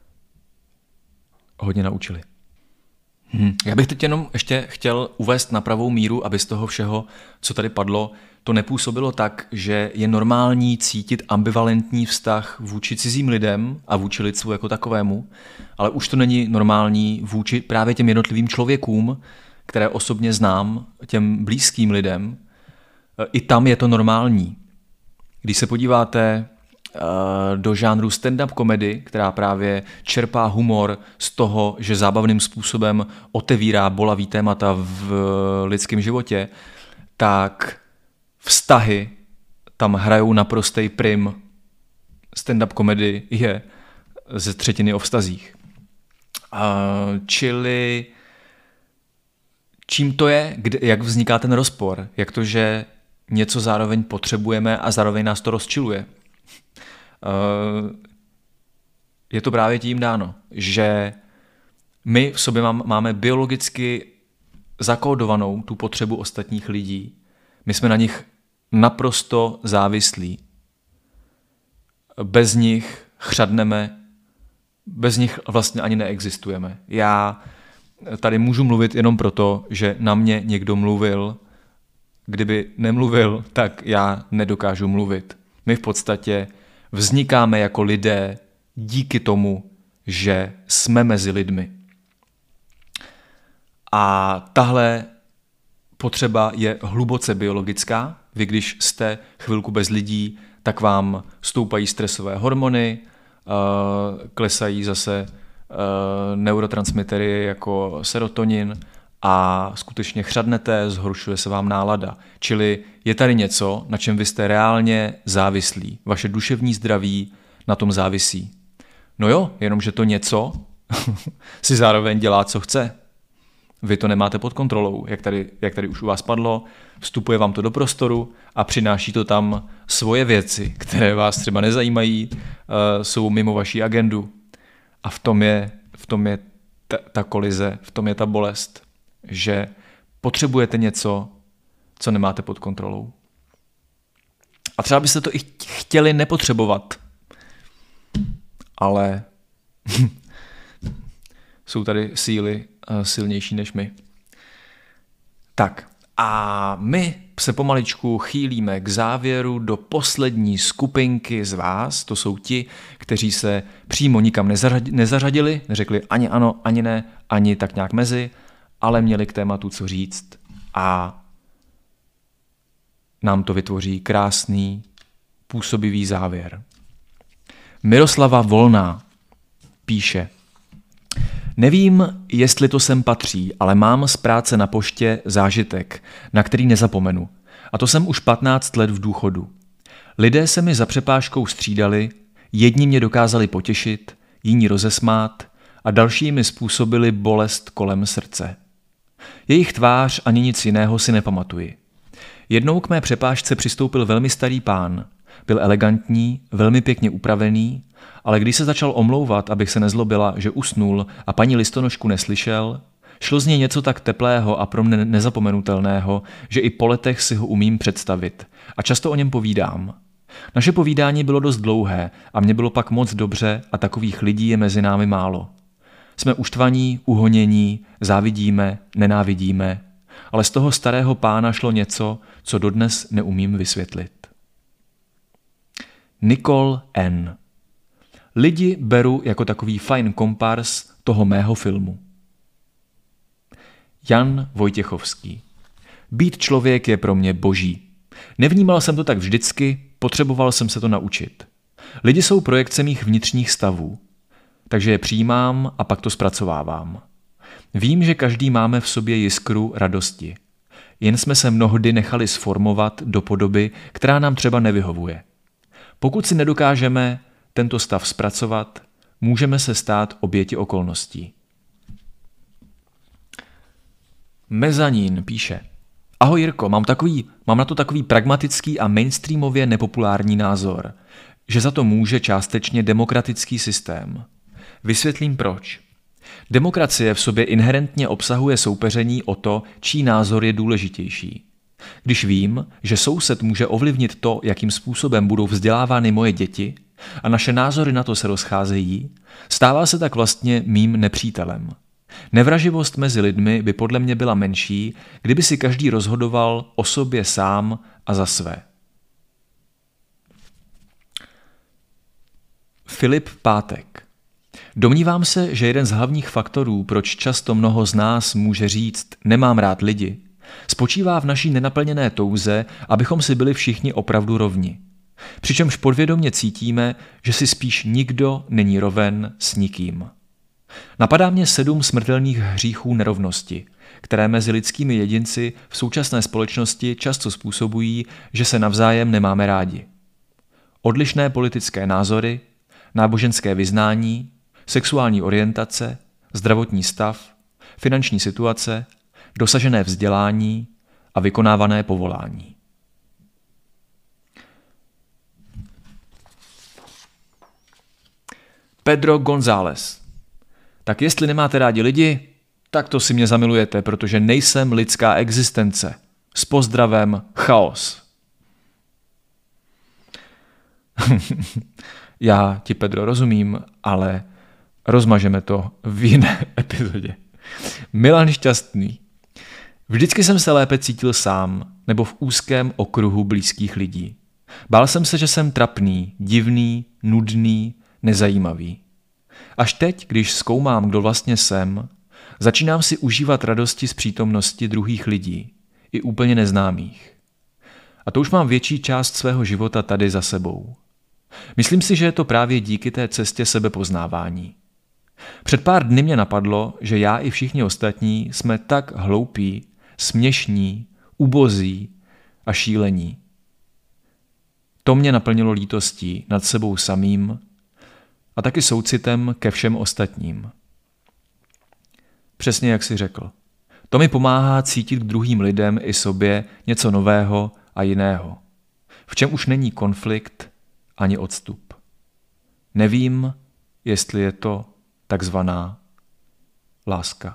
Speaker 1: hodně naučili. Hmm. Já bych teď jenom ještě chtěl uvést na pravou míru, aby z toho všeho, co tady padlo, to nepůsobilo tak, že je normální cítit ambivalentní vztah vůči cizím lidem a vůči lidstvu jako takovému, ale už to není normální vůči právě těm jednotlivým člověkům, které osobně znám, těm blízkým lidem. I tam je to normální. Když se podíváte do žánru stand-up komedy, která právě čerpá humor z toho, že zábavným způsobem otevírá bolavý témata v lidském životě, tak vztahy tam hrajou naprostej prim. Stand-up komedy je ze třetiny o vztazích. Čili čím to je, kde, jak vzniká ten rozpor, jak to, že něco zároveň potřebujeme a zároveň nás to rozčiluje. Je to právě tím dáno, že my v sobě máme biologicky zakódovanou tu potřebu ostatních lidí. My jsme na nich naprosto závislí. Bez nich chřadneme, bez nich vlastně ani neexistujeme. Já tady můžu mluvit jenom proto, že na mě někdo mluvil. Kdyby nemluvil, tak já nedokážu mluvit. My v podstatě vznikáme jako lidé díky tomu, že jsme mezi lidmi. A tahle potřeba je hluboce biologická. Vy, když jste chvilku bez lidí, tak vám stoupají stresové hormony, klesají zase neurotransmitery jako serotonin a skutečně chřadnete, zhoršuje se vám nálada. Čili je tady něco, na čem vy jste reálně závislí. Vaše duševní zdraví na tom závisí. No jo, jenomže to něco si zároveň dělá, co chce. Vy to nemáte pod kontrolou, jak tady, jak tady už u vás padlo, vstupuje vám to do prostoru a přináší to tam svoje věci, které vás třeba nezajímají, jsou mimo vaší agendu. A v tom je, v tom je ta, ta kolize, v tom je ta bolest, že potřebujete něco, co nemáte pod kontrolou. A třeba byste to i chtěli nepotřebovat. Ale jsou tady síly silnější než my. Tak a my se pomaličku chýlíme k závěru do poslední skupinky z vás. To jsou ti, kteří se přímo nikam nezařadili, neřekli ani ano, ani ne, ani tak nějak mezi, ale měli k tématu co říct a nám to vytvoří krásný, působivý závěr. Miroslava Volná píše: Nevím, jestli to sem patří, ale mám z práce na poště zážitek, na který nezapomenu. A to jsem už patnáct let v důchodu. Lidé se mi za přepážkou střídali, jedni mě dokázali potěšit, jiní rozesmát a další mi způsobili bolest kolem srdce. Jejich tvář ani nic jiného si nepamatuji. Jednou k mé přepážce přistoupil velmi starý pán. Byl elegantní, velmi pěkně upravený, ale když se začal omlouvat, abych se nezlobila, že usnul a paní listonošku neslyšel, šlo z něj něco tak teplého a pro mne nezapomenutelného, že i po letech si ho umím představit a často o něm povídám. Naše povídání bylo dost dlouhé a mně bylo pak moc dobře a takových lidí je mezi námi málo. Jsme uštvaní, uhonění, závidíme, nenávidíme, ale z toho starého pána šlo něco, co dodnes neumím vysvětlit. Nicole N. Lidi beru jako takový fajn kompars toho mého filmu. Jan Vojtěchovský. Být člověk je pro mě boží. Nevnímal jsem to tak vždycky, potřeboval jsem se to naučit. Lidi jsou projekce mých vnitřních stavů, takže je přijímám a pak to zpracovávám. Vím, že každý máme v sobě jiskru radosti. Jen jsme se mnohdy nechali sformovat do podoby, která nám třeba nevyhovuje. Pokud si nedokážeme tento stav zpracovat, můžeme se stát oběti okolností. Mezanín píše: Ahoj Jirko, mám, takový, mám na to takový pragmatický a mainstreamově nepopulární názor, že za to může částečně demokratický systém. Vysvětlím proč. Demokracie v sobě inherentně obsahuje soupeření o to, čí názor je důležitější. Když vím, že soused může ovlivnit to, jakým způsobem budou vzdělávány moje děti, a naše názory na to se rozcházejí, stává se tak vlastně mým nepřítelem. Nevraživost mezi lidmi by podle mě byla menší, kdyby si každý rozhodoval o sobě sám a za své. Filip Pátek. Domnívám se, že jeden z hlavních faktorů, proč často mnoho z nás může říct nemám rád lidi, spočívá v naší nenaplněné touze, abychom si byli všichni opravdu rovni. Přičemž podvědomě cítíme, že si spíš nikdo není roven s nikým. Napadá mě sedm smrtelných hříchů nerovnosti, které mezi lidskými jedinci v současné společnosti často způsobují, že se navzájem nemáme rádi. Odlišné politické názory, náboženské vyznání, sexuální orientace, zdravotní stav, finanční situace, dosažené vzdělání a vykonávané povolání. Pedro González. Tak jestli nemáte rádi lidi, tak to si mě zamilujete, protože nejsem lidská existence. S pozdravem Chaos. Já ti, Pedro, rozumím, ale rozmažeme to v jiné epizodě. Milan Šťastný. Vždycky jsem se lépe cítil sám nebo v úzkém okruhu blízkých lidí. Bál jsem se, že jsem trapný, divný, nudný, nezajímavý. Až teď, když zkoumám, kdo vlastně jsem, začínám si užívat radosti z přítomnosti druhých lidí, i úplně neznámých. A to už mám větší část svého života tady za sebou. Myslím si, že je to právě díky té cestě sebepoznávání. Před pár dny mě napadlo, že já i všichni ostatní jsme tak hloupí, směšní, ubozí a šílení. To mě naplnilo lítostí nad sebou samým a taky soucitem ke všem ostatním. Přesně jak jsi řekl. To mi pomáhá cítit k druhým lidem i sobě něco nového a jiného, v čem už není konflikt ani odstup. Nevím, jestli je to takzvaná láska.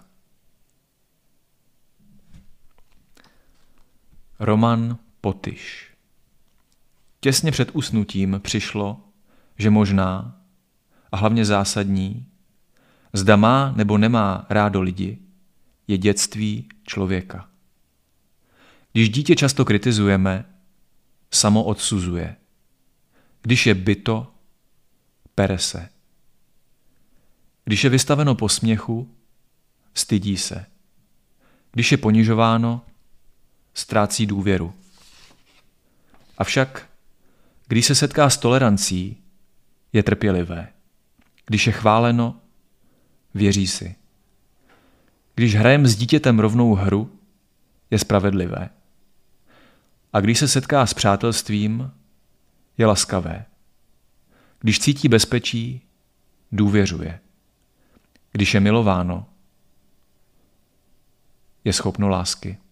Speaker 1: Roman Potyš. Těsně před usnutím přišlo, že možná, a hlavně zásadní, zda má nebo nemá rádo lidi, je dětství člověka. Když dítě často kritizujeme, samo odsuzuje. Když je bito, pere se. Když je vystaveno posměchu, stydí se. Když je ponižováno, ztrácí důvěru. Avšak, když se setká s tolerancí, je trpělivé. Když je chváleno, věří si. Když hrajeme s dítětem rovnou hru, je spravedlivé. A když se setká s přátelstvím, je laskavé. Když cítí bezpečí, důvěřuje. Když je milováno, je schopno lásky.